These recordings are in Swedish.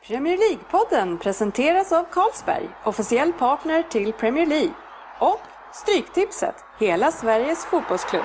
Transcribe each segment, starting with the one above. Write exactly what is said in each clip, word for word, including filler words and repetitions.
Premier League-podden presenteras av Carlsberg, officiell partner till Premier League. Och Stryktipset, hela Sveriges fotbollsklubb.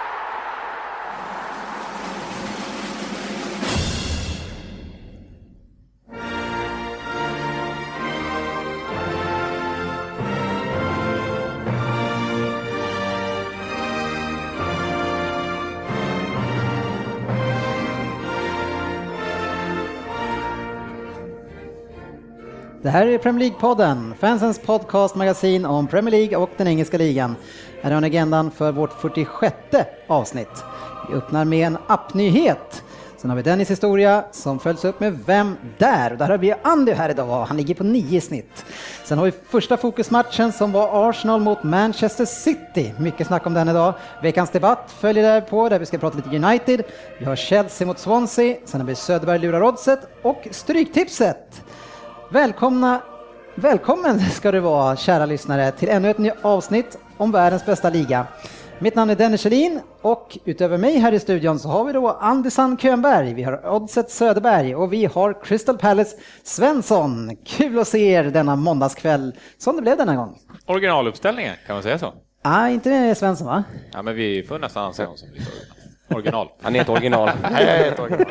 Det här är Premier League-podden, fansens podcast-magasin om Premier League och den engelska ligan. Här är agendan för vårt fyrtiosjätte avsnitt. Vi öppnar med en appnyhet. Sen har vi Dennis historia som följs upp med Vem där? Och där har vi Andy här idag, han ligger på nio i snitt. Sen har vi första fokusmatchen som var Arsenal mot Manchester City. Mycket snack om den idag. Veckans debatt följer där på, där vi ska prata lite United. Vi har Chelsea mot Swansea, sen har vi Söderberg lurar oddset och Stryktipset. Välkomna, välkommen ska du vara, kära lyssnare, till ännu ett nytt avsnitt om världens bästa liga. Mitt namn är Dennis Kjellin och utöver mig här i studion så har vi då Andersson Könberg, vi har Oddset Söderberg och vi har Crystal Palace Svensson. Kul att se er denna måndagskväll som det blev denna gång. Originaluppställningen, kan man säga så? Ah, inte med Svensson va? Ja, men vi får nästan anse honom som lite original. Han är ett original. Nej, jag är ett original.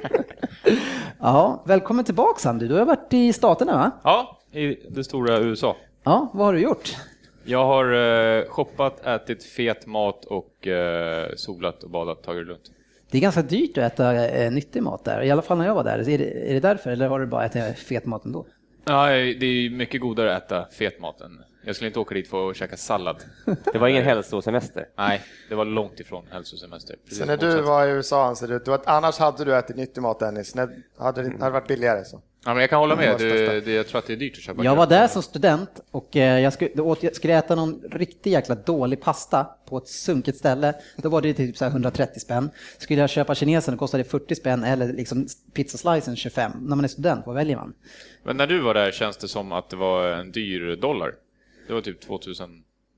Ja, välkommen tillbaka Sandy. Du har varit i staterna va? Ja, i det stora U S A. Ja, vad har du gjort? Jag har uh, shoppat, ätit fet mat och uh, solat och badat, tagit det lugnt. Det är ganska dyrt att äta eh, nyttig mat där. I alla fall när jag var där. Är det, är det därför eller har du bara ätit fet mat ändå? Ja, det är mycket godare att äta fet mat än... Jag skulle inte åka dit för att käka sallad. Det var ingen hälsosemester. Nej, det var långt ifrån hälsosemester. Så när du var i U S A anser du att annars hade du ätit nyttig mat, Dennis? När hade det hade varit billigare så? Ja, men jag kan hålla med. Det, det, jag tror att det är dyrt att köpa. Jag var där som student och jag skulle, då jag skulle äta någon riktigt jäkla dålig pasta på ett sunkigt ställe. Då var det typ så här hundratrettio spänn. Skulle jag köpa kinesen och kostade det fyrtio spänn eller liksom pizzaslicen tjugofem. När man är student, vad väljer man? Men när du var där känns det som att det var en dyr dollar. Det var typ tvåtusen.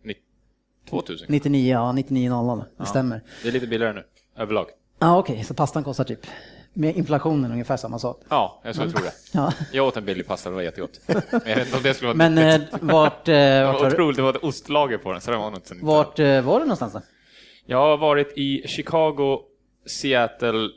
tvåtusen. nittionio, ja, nittionio noll noll. Det ja, stämmer. Det är lite billigare nu, överlag. Ja, okej. Okay, så pastan kostar typ med inflationen ungefär samma sak. Ja, jag skulle mm. tro det. Ja. Jag åt en billig pasta, det var jättegott. Men jag vet inte om det skulle vara... Men äh, vart... Äh, det var otroligt, det var ett ostlager på den. Så det var något vart äh, var du någonstans då? Jag har varit i Chicago, Seattle,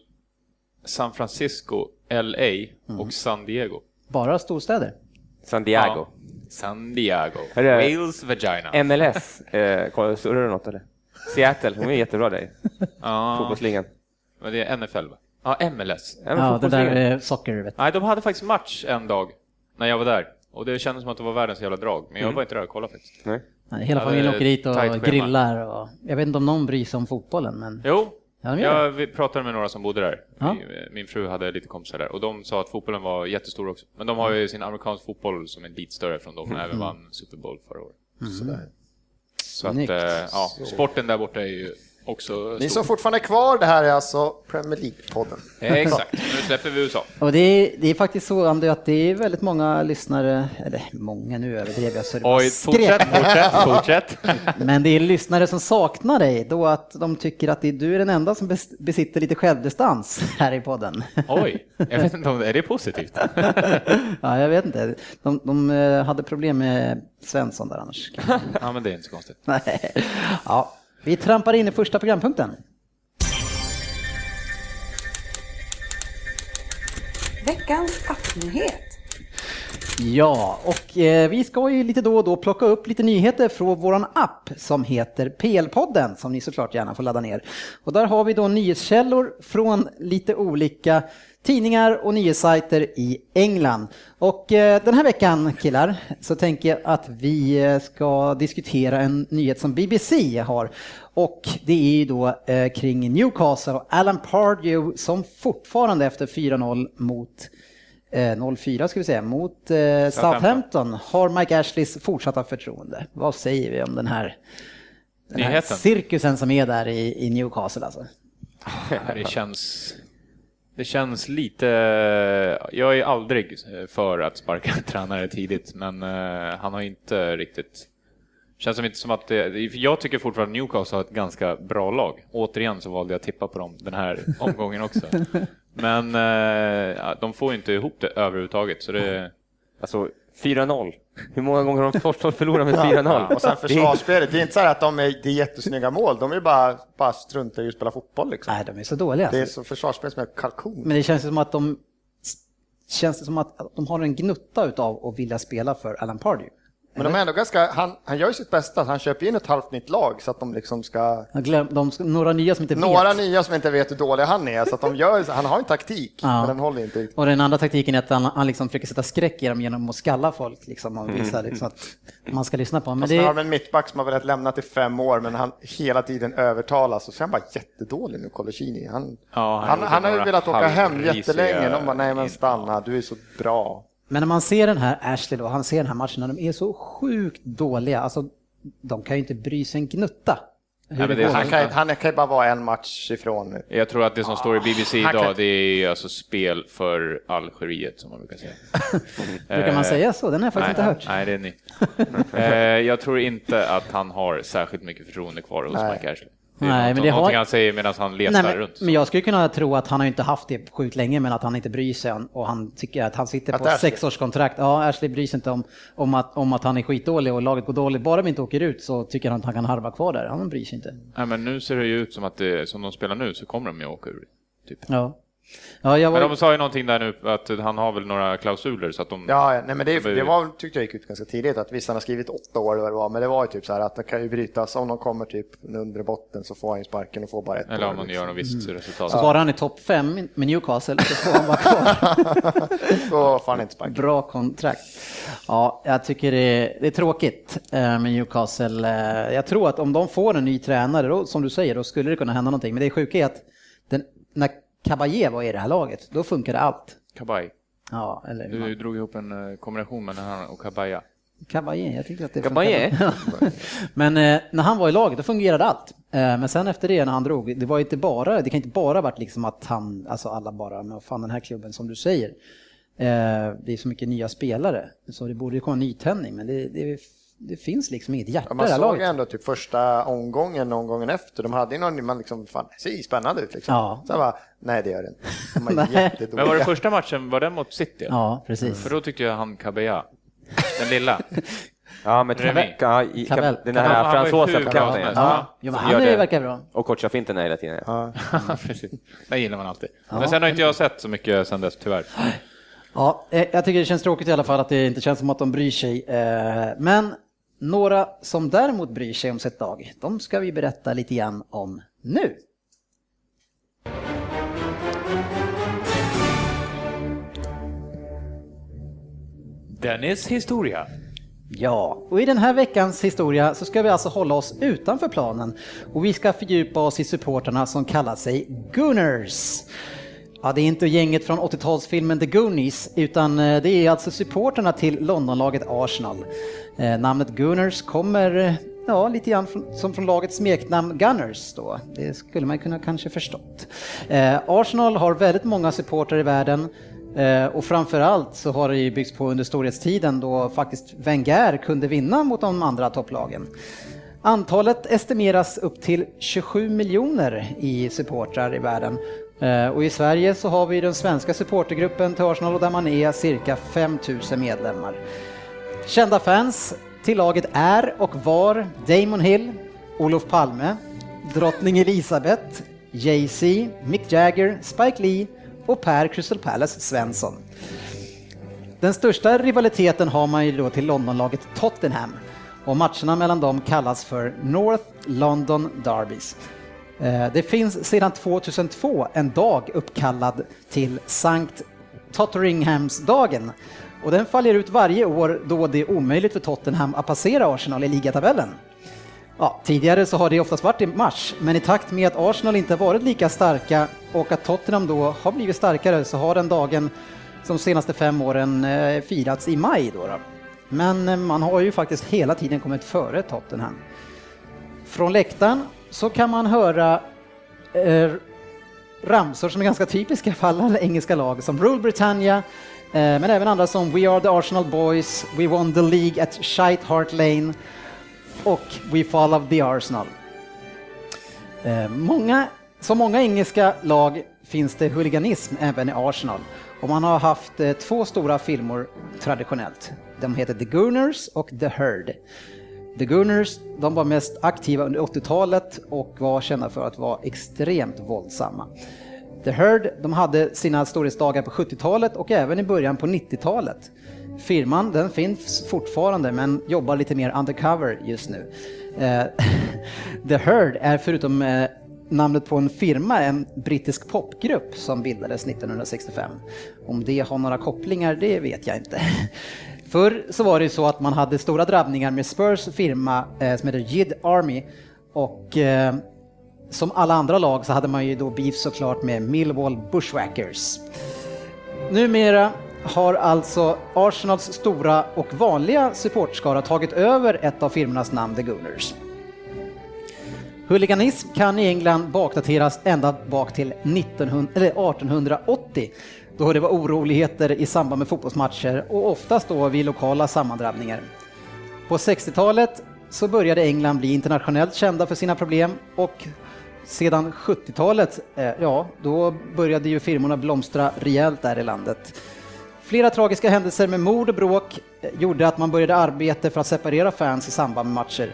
San Francisco, L A och mm. San Diego. Bara storstäder? San Diego. Ja. San Diego. Wales vagina. M L S. Eh, surrar du något eller? Seattle, hon är jättebra där. Ja. Fotbollsligan. Men det är N F L va? Ja, M L S. Ja, det där är socker vet. Nej, de hade faktiskt match en dag när jag var där. Och det kändes som att det var världens jävla drag. Men jag mm. var inte där och kollade faktiskt. Nej. Nej, hela familjen åker dit och grillar. Och, jag vet inte om någon bryr sig om fotbollen. Men... Jo, ja, jag pratade med några som bodde där. Ja. Min fru hade lite kompisar där. Och de sa att fotbollen var jättestor också. Men de har ju sin amerikansk fotboll som är lite större från dem. Mm. Även vann Super Bowl förra året. Mm. Sådär. Så att, äh, ja, sporten där borta är ju också... Ni som fortfarande är kvar, det här är alltså Premier League-podden. Ja, exakt, nu släpper vi U S A. Och det är, det är faktiskt så, Andy, att det är väldigt många lyssnare, eller många nu överdrev jag så det Oj, fortsätt, fortsätt, fortsätt. Men det är lyssnare som saknar dig, då att de tycker att det är, du är den enda som besitter lite självdistans här i podden. Oj, jag vet inte om det är det positivt. Ja, jag vet inte. De, de hade problem med Svensson där annars. Ja, men det är inte så konstigt. Nej, ja. Vi trampar in i första programpunkten. Veckans appnyhet. Ja, och eh, vi ska ju lite då och då plocka upp lite nyheter från våran app som heter P L-podden som ni såklart gärna får ladda ner. Och där har vi då nyhetskällor från lite olika tidningar och nyhetssajter i England. Och eh, den här veckan, killar, så tänker jag att vi ska diskutera en nyhet som B B C har. Och det är ju då eh, kring Newcastle och Alan Pardew som fortfarande efter fyra noll mot eh, noll fyra ska vi säga, mot eh, Southampton har Mike Ashleys fortsatta förtroende. Vad säger vi om den här, den här cirkusen som är där i, i Newcastle alltså? Det känns... Det känns lite... Jag är aldrig för att sparka tränare tidigt, men uh, han har inte riktigt... Känns som inte som att det... Jag tycker fortfarande Newcastle har ett ganska bra lag. Återigen så valde jag att tippa på dem den här omgången också. Men eh, de får inte ihop det överhuvudtaget. Så det... Alltså fyra noll. Hur många gånger har de först förlorat med fyra noll? Ja, och sen försvarsspelet. Det är inte så här att de är, det är jättesnygga mål. De är bara, bara struntar i att spela fotboll. Liksom. Nej, de är så dåliga. Det är så försvarsspel som är kalkon. Men det känns som att de känns som att de har en gnutta utav att vilja spela för Alan Pardew. Men de är ändå ganska, han, han gör ju sitt bästa. Han köper in ett halvt nytt lag så att de liksom ska... Glöm, de, några nya som inte några vet. nya som inte vet hur dålig han är. Så att de gör, han har en taktik, ja. Men den håller inte riktigt. Och den andra taktiken är att han, han liksom försöker sätta skräck i dem genom att skalla folk. Liksom, och visa mm. liksom, att man ska lyssna på honom. Men det... har en mittback som har velat lämnat i fem år, men han hela tiden övertalas. Och så är han bara jättedålig nu, Coloccini. Han, ja, han, han, han har ju velat åka hem jättelänge. De bara, nej men stanna, du är så bra. Men när man ser den här Ashley då, han ser den här matchen när de är så sjukt dåliga, alltså de kan ju inte bry sig en gnutta. Nej, men det han, kan, han kan ju bara vara en match ifrån nu. Jag tror att det som ah, står i B B C idag kan... det är alltså spel för Algeriet som man brukar säga. Brukar man säga så? Den har jag faktiskt nej, inte hört. Nej, det är nytt. Jag tror inte att han har särskilt mycket förtroende kvar hos Mike Ashley. Det Nej, men det har han säger medan han letar Nej, men, runt. Men jag skulle kunna tro att han har inte haft det sjukt länge, men att han inte bryr sig och han tycker att han sitter på sex års kontrakt. Ja, Ashley bryr sig inte om, om, att, om att han är skitdålig och laget går dåligt. Bara om inte åker ut så tycker han att han kan harva kvar där. Han bryr sig inte. Nej, men nu ser det ju ut som att det, som de spelar nu så kommer de ju åka ur. Typ. Ja. Ja, jag var... Men de sa ju någonting där nu att han har väl några klausuler så att de... Ja, nej, men det, det var, tyckte jag gick ut ganska tidigt att vissa har skrivit åtta år eller vad det var, men det var ju typ så här att det kan ju brytas om de kommer typ under botten så får han ju sparken och får bara ett eller år. Eller om man gör något visst mm. resultat. Så ja. Bara han är topp fem med Newcastle så får han vara kvar. Så får han inte sparken. Bra kontrakt. Ja, jag tycker det är, det är tråkigt med Newcastle. Jag tror att om de får en ny tränare då, som du säger, då skulle det kunna hända någonting. Men det är sjukt är att den, när Caballé var i det här laget, då funkade allt. Caballé. Ja, eller du man... drog ihop en kombination med han och Caballé. Caballé, jag tyckte att det Caballé. Men eh, när han var i laget då fungerade allt. Eh, men sen efter det när han drog, det var inte bara, det kan inte bara varit liksom att han, alltså alla bara, men fan den här klubben som du säger. Eh, det är så mycket nya spelare så det borde ju komma en nytändning, men det, det det finns liksom inget hjärta. Ja, man såg ändå typ första omgången, omgången efter. De hade ju någon, man liksom, fan, det ser spännande ut liksom. Ja. Så bara, nej det gör det inte. De är men var det första matchen, var den mot City? Ja, precis. För då tyckte jag han Cabella, den lilla. Ja, men Cabella, i, Cabell. Den här fransosa kaptenen. Ja, ja. ja, men han är verkar bra. Och coacha finten hela tiden. Ja, precis. Det gillar man alltid. Ja. Men sen har inte jag sett så mycket sen dess, tyvärr. Ja, jag tycker det känns tråkigt i alla fall att det inte känns som att de bryr sig. Men några som däremot bryr sig om sitt lag, de ska vi berätta lite grann om nu. Dennis historia. Ja, och i den här veckans historia så ska vi alltså hålla oss utanför planen och vi ska fördjupa oss i supporterna som kallar sig Gunners. Ja, det är inte gänget från åttiotalsfilmen The Goonies utan det är alltså supporterna till Londonlaget Arsenal. Eh, namnet Gunners kommer ja, lite grann från, som från lagets smeknamn Gunners då. Det skulle man kunna kanske förstått. Eh, Arsenal har väldigt många supporter i världen. Uh, och framförallt så har det ju byggts på under storhetstiden då faktiskt Wenger kunde vinna mot de andra topplagen. Antalet estimeras upp till tjugosju miljoner i supportrar i världen. Uh, och i Sverige så har vi den svenska supportergruppen till Arsenal och där man är cirka fem tusen medlemmar. Kända fans till laget är och var Damon Hill, Olof Palme, drottning Elisabeth, Jay-Z, Mick Jagger, Spike Lee och Per Crystal Palace Svensson. Den största rivaliteten har man ju då till Londonlaget Tottenham och matcherna mellan dem kallas för North London Derbys. Det finns sedan tvåtusentvå en dag uppkallad till Sankt Totteringhamsdagen och den faller ut varje år då det är omöjligt för Tottenham att passera Arsenal i ligatabellen. Ja, tidigare så har det oftast varit i mars, men i takt med att Arsenal inte varit lika starka och att Tottenham då har blivit starkare så har den dagen som senaste fem åren eh, firats i maj då, då. Men eh, man har ju faktiskt hela tiden kommit före Tottenham. Från läktaren så kan man höra eh, ramsor som är ganska typiska för alla engelska lag som Rule Britannia, eh, men även andra som We Are the Arsenal Boys, We Won the League at Shite Hart Lane och We Follow the Arsenal. Eh, många, som många engelska lag finns det huliganism även i Arsenal. Och man har haft eh, två stora filmer traditionellt. De heter The Gooners och The Herd. The Gooners, de var mest aktiva under åttiotalet och var kända för att vara extremt våldsamma. The Herd, de hade sina storhetsdagar på sjuttiotalet och även i början på nittiotalet. Firman, den finns fortfarande men jobbar lite mer undercover just nu. Eh, The Herd är förutom eh, namnet på en firma en brittisk popgrupp som bildades nittonhundrasextiofem. Om det har några kopplingar, det vet jag inte. Förr så var det så att man hade stora drabbningar med Spurs firma eh, som heter Jid Army och eh, som alla andra lag så hade man ju då beef såklart med Millwall Bushwhackers. Numera har alltså Arsenals stora och vanliga supportskara tagit över ett av firmornas namn, The Gooners. Huliganism kan i England bakdateras ända bak till nittonhundra, eller artonhundraåttio då det var oroligheter i samband med fotbollsmatcher och oftast då vid lokala sammandrabbningar. På sextiotalet så började England bli internationellt kända för sina problem och sedan sjuttiotalet, ja, då började ju firmorna blomstra rejält där i landet. Flera tragiska händelser med mord och bråk gjorde att man började arbeta för att separera fans i samband med matcher.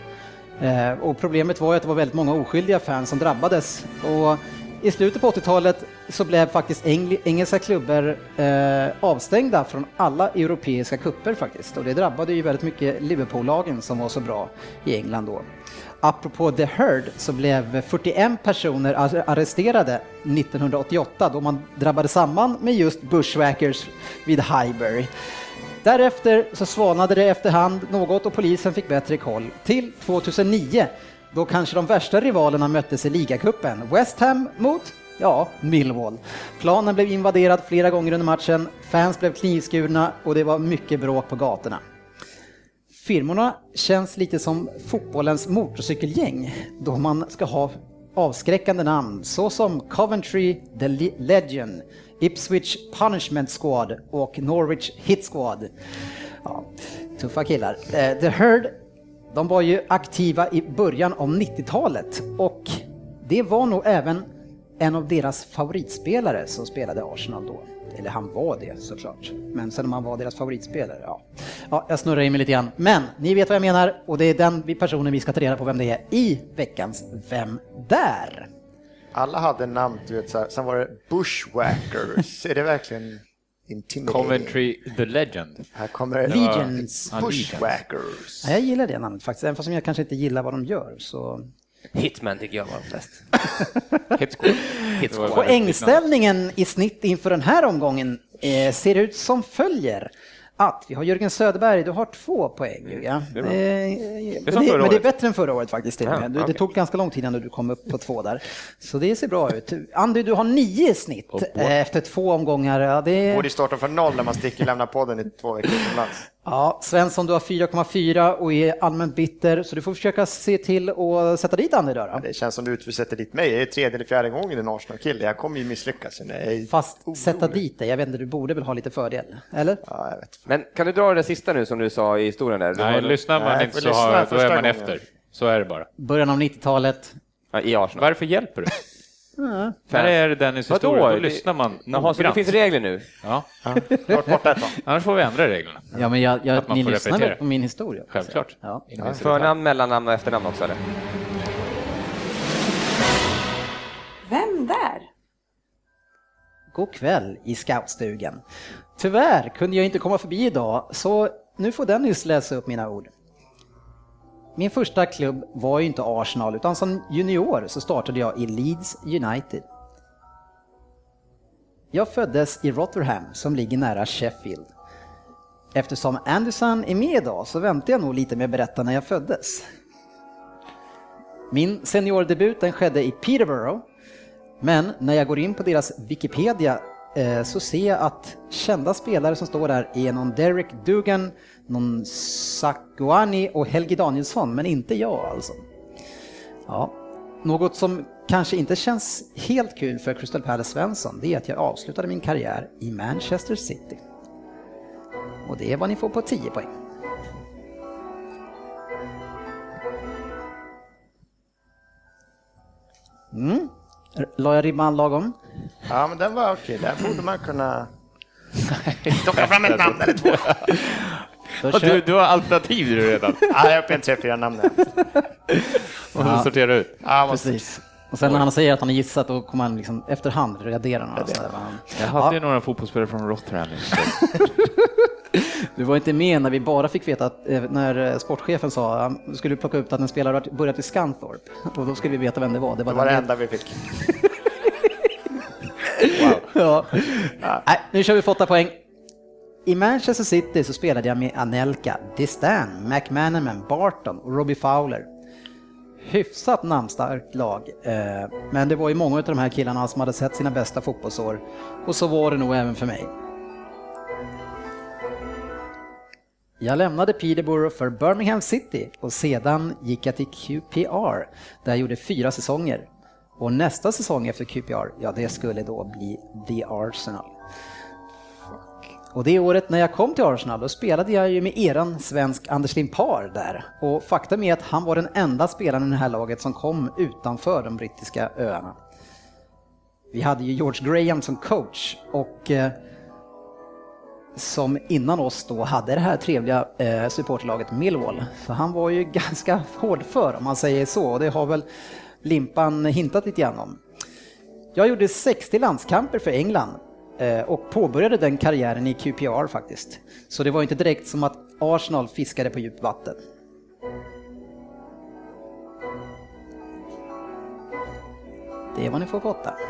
Och problemet var ju att det var väldigt många oskyldiga fans som drabbades. Och i slutet på åttiotalet så blev faktiskt engl- engelska klubbar eh, avstängda från alla europeiska kupper faktiskt. Och det drabbade ju väldigt mycket Liverpool-lagen som var så bra i England då. Apropå The Herd så blev fyrtioen personer arresterade nittonhundraåttioåtta då man drabbade samman med just Bushwhackers vid Highbury. Därefter så svalnade det efterhand något och polisen fick bättre koll. Till tjugohundranio då kanske de värsta rivalerna möttes i ligacupen. West Ham mot, ja, Millwall. Planen blev invaderad flera gånger under matchen, fans blev knivskurna och det var mycket bråk på gatorna. Firmorna känns lite som fotbollens motorcykelgäng då man ska ha avskräckande namn såsom Coventry The Legion, Ipswich Punishment Squad och Norwich Hit Squad. Ja, tuffa killar. The Herd, de var ju aktiva i början av nittiotalet och det var nog även en av deras favoritspelare som spelade Arsenal då. Eller han var det såklart. Men sen man var deras favoritspelare, ja. Ja, jag snurrar in mig lite grann. Men ni vet vad jag menar och det är den personen vi ska ta reda på vem det är i veckans Vem där? Alla hade namn, du vet så här. Sen var det Bushwhackers. Är det verkligen intimidating? Coventry The Legend. Här kommer Legions. Bushwhackers. Ja, jag gillar det namnet faktiskt, även fast jag kanske inte gillar vad de gör så... Hitman tycker jag var bäst. Hitscore. Hitscore. Poängställningen i snitt inför den här omgången eh, ser ut som följer. Att vi har Jörgen Söderberg, du har två poäng. Ja. Det är bra. Eh, det är men, som det, förra men det är året. bättre än förra året faktiskt. Till och Ja, med. Du, okej. Det tog ganska lång tid innan du kom upp på två där. Så det ser bra ut. Andy, du har nio snitt eh, efter två omgångar. Ja, det... Borde starta för noll när man sticker lämna podden i två veckor utomlands. Ja, Svensson, du har fyra komma fyra och är allmänt bitter. Så du får försöka se till att sätta dit Andy då. då. Det känns som du utsätter dit mig. Jag är tredje eller fjärde gången en Arsenal-kille. Jag kommer ju misslyckas. Nej. Fast sätta dit dig, jag vet inte, du borde väl ha lite fördel, eller? Ja, jag vet. Men kan du dra det sista nu som du sa i historien där? Du Nej, har- lyssnar man Nej, inte får så lyssna har, då första är man gången. efter. Så är det bara. Början av nittiotalet. Ja, i Arsenal. Varför hjälper du? När är det Dennis Vadå? historia? Då Det- lyssnar man Jaha, så det noggrant. finns regler nu? Ja, Klart bort detta. annars får vi ändra reglerna. Ja, men jag, jag, Att man ni får lyssnar väl repetera. på min historia? Självklart. Ja. Innan vi sätter Förnamn, mellannamn och efternamn också eller? Vem där? God kväll i scoutstugan. Tyvärr kunde jag inte komma förbi idag, så nu får Dennis läsa upp mina ord. Min första klubb var ju inte Arsenal, utan som junior så startade jag i Leeds United. Jag föddes i Rotherham som ligger nära Sheffield. Eftersom Anderson är med idag så väntar jag nog lite med att berätta när jag föddes. Min seniordebut den skedde i Peterborough, men när jag går in på deras Wikipedia eh, så ser jag att kända spelare som står där är någon Derek Dugan, någon Sakuani och Helge Danielsson, men inte jag alltså. Ja, något som kanske inte känns helt kul för Crystal Palace Svensson, det är att jag avslutade min karriär i Manchester City. Och det är vad ni får på tio poäng. Mm. La jag ribban lagom? Ja, men den var okej. Där borde man kunna plocka fram ett namn eller två. Ja, du, du har alternativ du redan. Ja, jag är uppe en tre, fyra namn. Och ja. sorterar ut. Ja, precis. Och sen när han säger att han har gissat, då kommer han liksom efterhand radera några. Jag hade ja. ju några fotbollsspelare från Rotterdam. Du var inte med när vi bara fick veta att när sportchefen sa att du skulle plocka upp att en spelare hade börjat i Scunthorpe. Och då skulle vi veta vem det var. Det var det, var det enda vi fick. Wow. Ja. Ja. Nej, nu kör vi för åtta poäng. I Manchester City så spelade jag med Anelka, Distan, McManaman, Barton och Robbie Fowler. Hyfsat namnstarkt lag, eh, men det var ju många av de här killarna som hade sett sina bästa fotbollsår, och så var det nog även för mig. Jag lämnade Peterborough för Birmingham City och sedan gick jag till Q P R där jag gjorde fyra säsonger. Och nästa säsong efter Q P R, ja det skulle då bli The Arsenal. Och det året när jag kom till Arsenal, då spelade jag ju med eran svensk Anders Limpar där. Och faktum är att han var den enda spelaren i det här laget som kom utanför de brittiska öarna. Vi hade ju George Graham som coach och eh, som innan oss då hade det här trevliga eh, supportlaget Millwall. Så han var ju ganska hård för, om man säger så, och det har väl Limpan hintat lite grann om. Jag gjorde sextio landskamper för England och påbörjade den karriären i Q P R faktiskt. Så det var inte direkt som att Arsenal fiskade på djupt vatten. Det är vad ni får på åtta.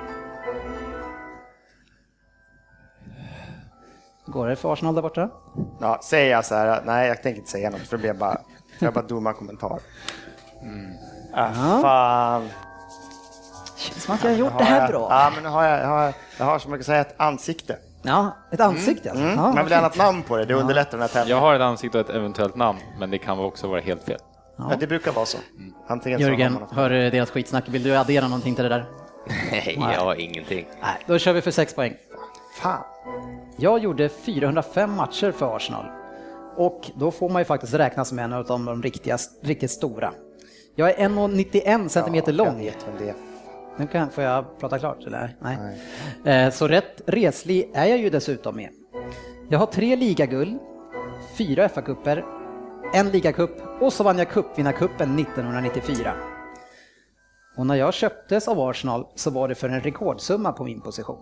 Går det för Arsenal där borta? Ja, säger jag så här, nej jag tänker inte säga något för det blir bara, jag bara dumma kommentar. Mm. Ah, fan. Känns som att jag har gjort det här jag, bra. Ja, men nu har jag, jag, har, jag har som man kan säga ett ansikte. Ja, ett ansikte alltså. Mm. Ja, man vill ha ett namn på det, det underlättar den här tävlingen. Jag har ett ansikte och ett eventuellt namn, men det kan också vara helt fel. Ja, ja det brukar vara så. Mm. Antingen Jörgen, så hör deras skitsnack. Vill du addera någonting till det där? Nej, jag har ingenting. Nej, då kör vi för sex poäng. Fan. Jag gjorde fyrahundrafem matcher för Arsenal. Och då får man ju faktiskt räkna som en av de riktiga, riktigt stora. Jag är en komma nittioen centimeter ja, lång. Jag vet vem det är. Nu kan, får jag prata klart eller? Nej. Nej. Eh, så rätt reslig är jag ju dessutom med. Jag har tre ligaguld, fyra F A-kupper, en ligacup och så vann jag cupvinnarcupen nittonhundranittiofyra. Och när jag köptes av Arsenal så var det för en rekordsumma på min position.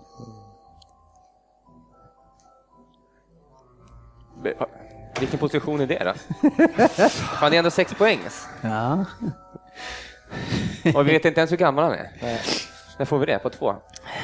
Vilken position är det då? Fan, det är ändå sex poäng. Ja. Och vi vet inte ens hur gammal han är. Nej. När får vi det? På två?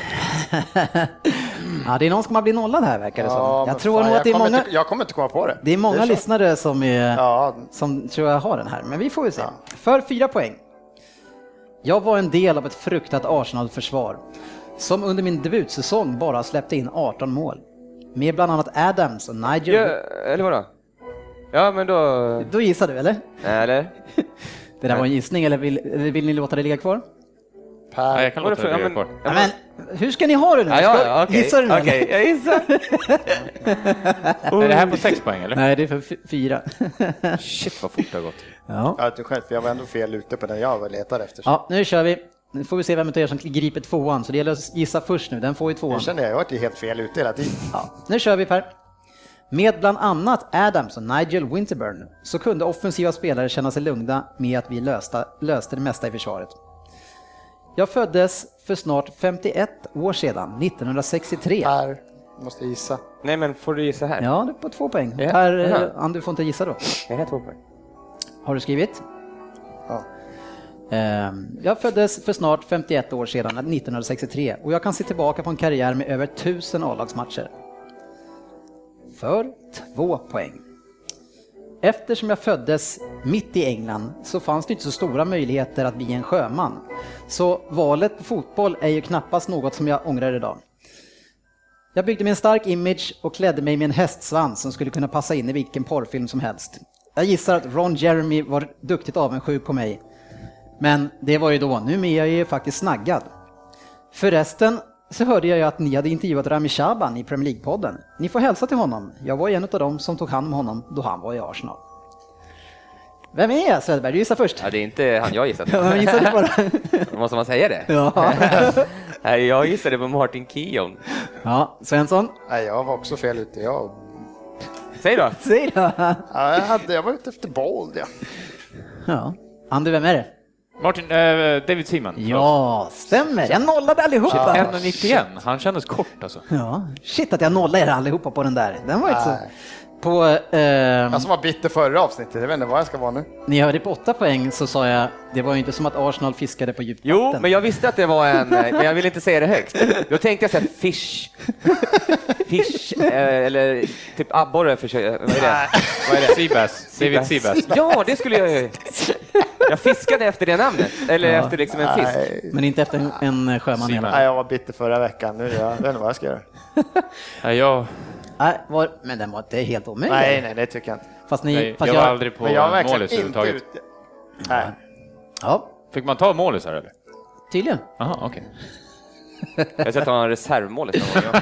Ja, det är någon som kommer bli nollad här verkar det ja, som. Jag tror fan, nog att det är många... Inte, jag kommer inte komma på det. Det är många det är lyssnare som, är, ja. som tror jag har den här. Men vi får ju se. Ja. För fyra poäng. Jag var en del av ett fruktat Arsenal-försvar som under min debutsäsong bara släppte in arton mål. Med bland annat Adams och Nigel... Ja, eller vadå? Ja, men då... Då gissar du, eller? Eller? Det där var en gissning, eller vill, vill ni låta det ligga kvar? Ja, jag kan låta det ligga kvar. Ja, men hur ska ni ha det nu? Ja, ja, okay. Gissar du nu? Okej, okay, jag gissar. Är det här på sex poäng, eller? Nej, det är för f- fyra. Shit, vad fort det har gått. Ja. Ja, du själv, för jag var ändå fel ute på den jag var letad efter. Ja, nu kör vi. Nu får vi se vem av er som griper tvåan, så det gäller att gissa först nu. Den får ju tvåan. Nu känner jag, jag var inte helt fel ute hela tiden. Ja, nu kör vi Per. Med bland annat Adams och Nigel Winterburn så kunde offensiva spelare känna sig lugna med att vi lösta, löste det mesta i försvaret. Jag föddes för snart femtioett år sedan, nittonhundrasextiotre. Här måste gissa. Nej, men får du gissa här? Ja, det är på två poäng. Ja. Per, Ja. du får inte gissa då. Jag har två poäng. Har du skrivit? Ja. Jag föddes för snart femtioett år sedan, nittonhundrasextiotre, och jag kan se tillbaka på en karriär med över tusen A-lagsmatcher. För två poäng. Eftersom jag föddes mitt i England så fanns det inte så stora möjligheter att bli en sjöman. Så valet på fotboll är ju knappast något som jag ångrar idag. Jag byggde mig en stark image och klädde mig med en hästsvans som skulle kunna passa in i vilken porrfilm som helst. Jag gissar att Ron Jeremy var duktigt avundsjuk på mig. Men det var ju då, nu är jag ju faktiskt snaggad. Förresten så hörde jag ju att ni hade intervjuat Rami Shaban i Premier League-podden. Ni får hälsa till honom. Jag var en av dem som tog hand om honom då han var i Arsenal. Vem är jag, Söderberg? Du gissar först. Ja, det är inte han jag gissat. Ja, men gissar du bara. Måste man säga det? Ja. Nej, jag gissade på Martin Keown. Ja, Svensson? Nej, jag var också fel ute. Jag... Säg då. Säg då. Ja, jag, hade, jag var ute efter boll, ja. Ja. Andy, vem är det? Martin, äh, David Seaman. Ja, stämmer. Jag nollade allihopa. ett nittioen, han kändes kort alltså. Ja, shit att jag nollade er allihopa på den där. Den var inte så... På, eh, Jag som var bitter förra avsnittet, jag vet inte vad jag ska vara nu. Ni hörde på åtta poäng så sa jag, det var ju inte som att Arsenal fiskade på djupt Jo, vatten. men jag visste att det var en, men jag ville inte säga det högt. Då tänkte jag säga fish. Fish, eh, eller typ abborre för sig. Vad är det? Vad är det? Seabass, David Seabass. Ja, det skulle jag Jag fiskade efter det namnet, eller ja. efter liksom en fisk. Nej. Men inte efter en, en sjöman hela. Nej, jag var bitter förra veckan, nu jag vet inte vad jag ska göra. Nej, jag... Nej, var, men den var inte helt omöjlig. Nej, nej, det tycker jag inte. Fast ni, Nej, fast jag var jag, aldrig på Men jag var målis verkligen inte överhuvudtaget. ute. Nej. Ja, Fick man ta målis här eller? tydligen. Jaha, okej. Jag har sett att han har reservmålet någon gång.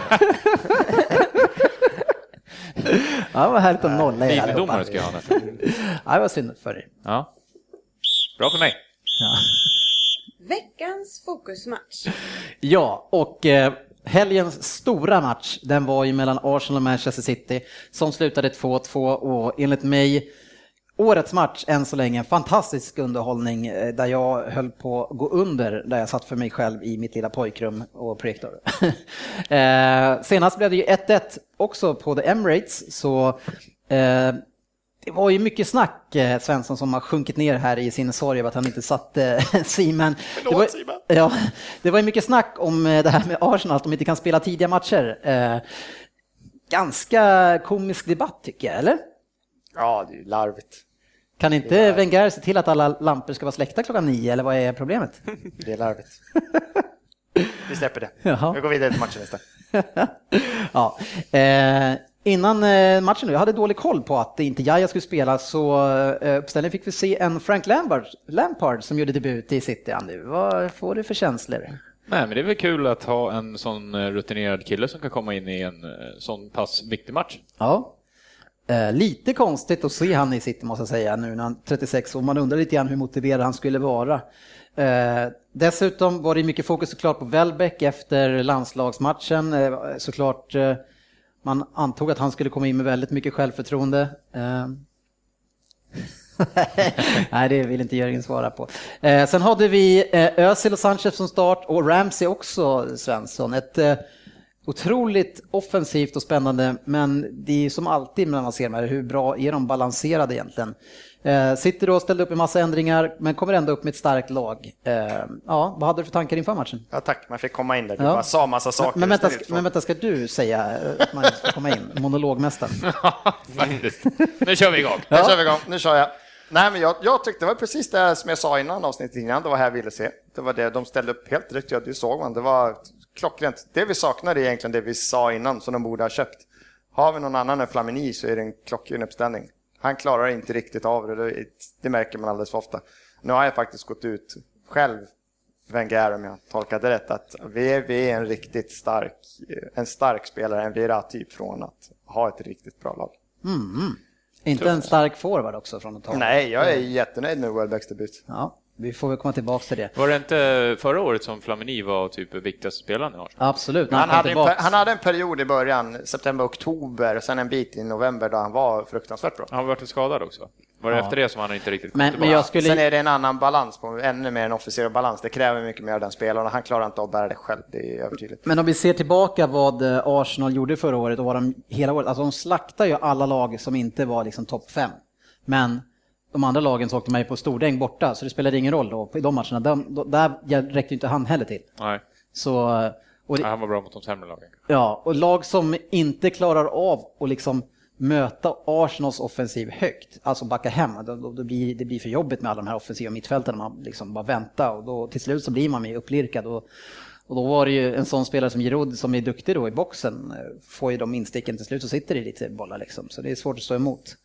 Ja, det var härligt att nolla er allihopa. Domare ska jag ha nästan. Ja, det var synd för er. Ja. Bra för mig. Ja, Veckans fokusmatch. ja och eh, helgens stora match, den var ju mellan Arsenal och Manchester City som slutade två två och enligt mig årets match än så länge, en fantastisk underhållning eh, där jag höll på att gå under där jag satt för mig själv i mitt lilla pojkrum och projektor. eh, senast blev det ju ett ett också på The Emirates, så eh, det var ju mycket snack, eh, Svensson, som har sjunkit ner här i sin sorg över att han inte satte eh, Seaman. Det var, ja, det var ju mycket snack om eh, det här med Arsenal, att de inte kan spela tidiga matcher. Eh, ganska komisk debatt tycker jag, eller? Ja, det är ju larvigt. Kan inte Wenger se till att alla lampor ska vara släckta klockan nio, eller vad är problemet? Det är larvigt. Vi släpper det. Jaha. Vi går vidare till matchen nästa. Ja. Eh, innan eh, matchen nu, jag hade dålig koll på att inte Jaja skulle spela, så eh, uppställningen fick vi se en Frank Lampard, Lampard som gjorde debut i City. Andy, vad får du för känslor? Nej, men det är väl kul att ha en sån rutinerad kille som kan komma in i en sån pass viktig match. Ja. Eh, lite konstigt att se han i City, måste jag säga, nu när han är trettiosex, och man undrar lite grann hur motiverad han skulle vara. Eh, dessutom var det mycket fokus såklart på Welbeck efter landslagsmatchen. Eh, såklart eh, man antog att han skulle komma in med väldigt mycket självförtroende. Eh. Nej, det vill inte Jörgen svara på. Eh, sen hade vi eh, Özil och Sanchez som start, och Ramsey också, Svensson. Ett eh, otroligt offensivt och spännande, men det är som alltid när man ser med hur bra är de balanserade egentligen. Eh, sitter då och ställde upp en massa ändringar, men kommer ändå upp med ett starkt lag. Eh, ja, vad hade du för tankar inför matchen? Ja, tack. Man fick komma in där. Du Ja. bara sa massa saker. Men, men, vänta, ska, men vänta, ska du säga att man ska komma in? Monologmästaren. Faktiskt. Nu kör vi igång. Nu Ja. kör vi igång. Nu kör jag. Nej, men jag, jag tyckte det var precis det som jag sa innan avsnittet innan. Det var här jag ville se. Det var det. De ställde upp helt rätt. Ja, du såg man. Det var klockrent. Det vi saknade är egentligen det vi sa innan som de borde ha köpt. Har vi någon annan än Flamini så är det en klockren uppställning. Han klarar inte riktigt av det. Det, det märker man alldeles för ofta. Nu har jag faktiskt gått ut själv, Wenger, om jag tolkade rätt, att vi är, vi är en riktigt stark, en stark spelare, en Vera-typ från att ha ett riktigt bra lag. Mm. Inte en stark forward också från att ta. Nej, jag är jättenöjd med Welbecks debut. Ja, vi får väl komma tillbaka till det. Var det inte förra året som Flamini var typ viktigaste spelaren i Arsenal? Absolut. Han, Han, hade en, tillbaks. han hade en period i början, september, oktober, och sen en bit i november då han var fruktansvärt bra. Han har varit skadad också. Var det Ja. efter det som han inte riktigt kom Men, tillbaka? men jag skulle... Sen är det en annan balans, på, ännu mer en officiell balans. Det kräver mycket mer av den spelaren. Han klarar inte att bära det själv, det är övertydligt. Men om vi ser tillbaka vad Arsenal gjorde förra året och vad de hela året, alltså de slaktar ju alla lag som inte var liksom topp fem. Men de andra lagen så åkte man ju på Stordäng borta, så det spelade ingen roll då i de matcherna. De, de, där räckte inte han heller till. Nej. Så, och det, Ja, han var bra mot de sämre lagen. ja, och lag som inte klarar av att liksom möta Arsenals offensiv högt, alltså backa hem, då, då, då blir det blir för jobbigt med alla de här offensiva mittfältarna, man liksom bara vänta, och då till slut så blir man med upplirkad, och, och då var det ju en sån spelare som Giroud som är duktig då i boxen, får ju de insticken till slut, så sitter det lite bollar liksom, så det är svårt att stå emot.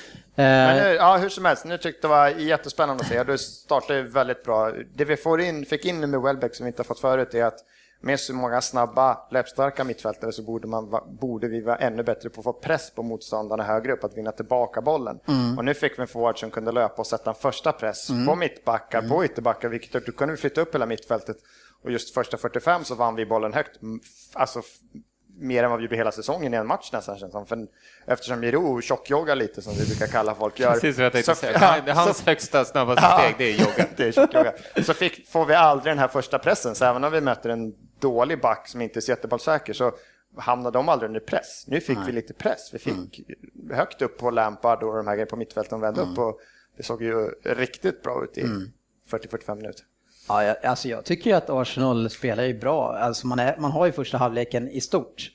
Men nu, ja, hur som helst, nu tyckte det var jättespännande att se. Du startade väldigt bra. Det vi får in, fick in med Welbeck som vi inte har fått förut är att med så många snabba, löpstarka mittfältare så borde, man, borde vi vara ännu bättre på att få press på motståndarna högre upp, att vinna tillbaka bollen. Mm. Och nu fick vi en forward som kunde löpa och sätta en första press mm. på mittbackar, mm. på ytterbackar, vilket du kunde flytta upp hela mittfältet. Och just första fyrtiofem så vann vi bollen högt. Alltså mer än vad vi gjorde hela säsongen i en match nästan, känns som. För eftersom Giroud tjockjoggar lite, som vi brukar kalla folk gör. Precis, jag tänkte säga. Ja, det är hans så, högsta snabbaste ja, steg, det är jogga. Det är tjockjogga. Så fick, får vi aldrig den här första pressen, så även om vi möter en dålig back som inte är så jättebollsäker, så hamnade de aldrig under press. Nu fick Nej. vi lite press. Vi fick mm. högt upp på Lampard och de här grejerna på mittfältet, de vände mm. upp, och det såg ju riktigt bra ut i mm. fyrtio till fyrtiofem minuter. Ja, jag, alltså jag tycker ju att Arsenal spelar ju bra. Alltså man, är, man har ju första halvleken i stort.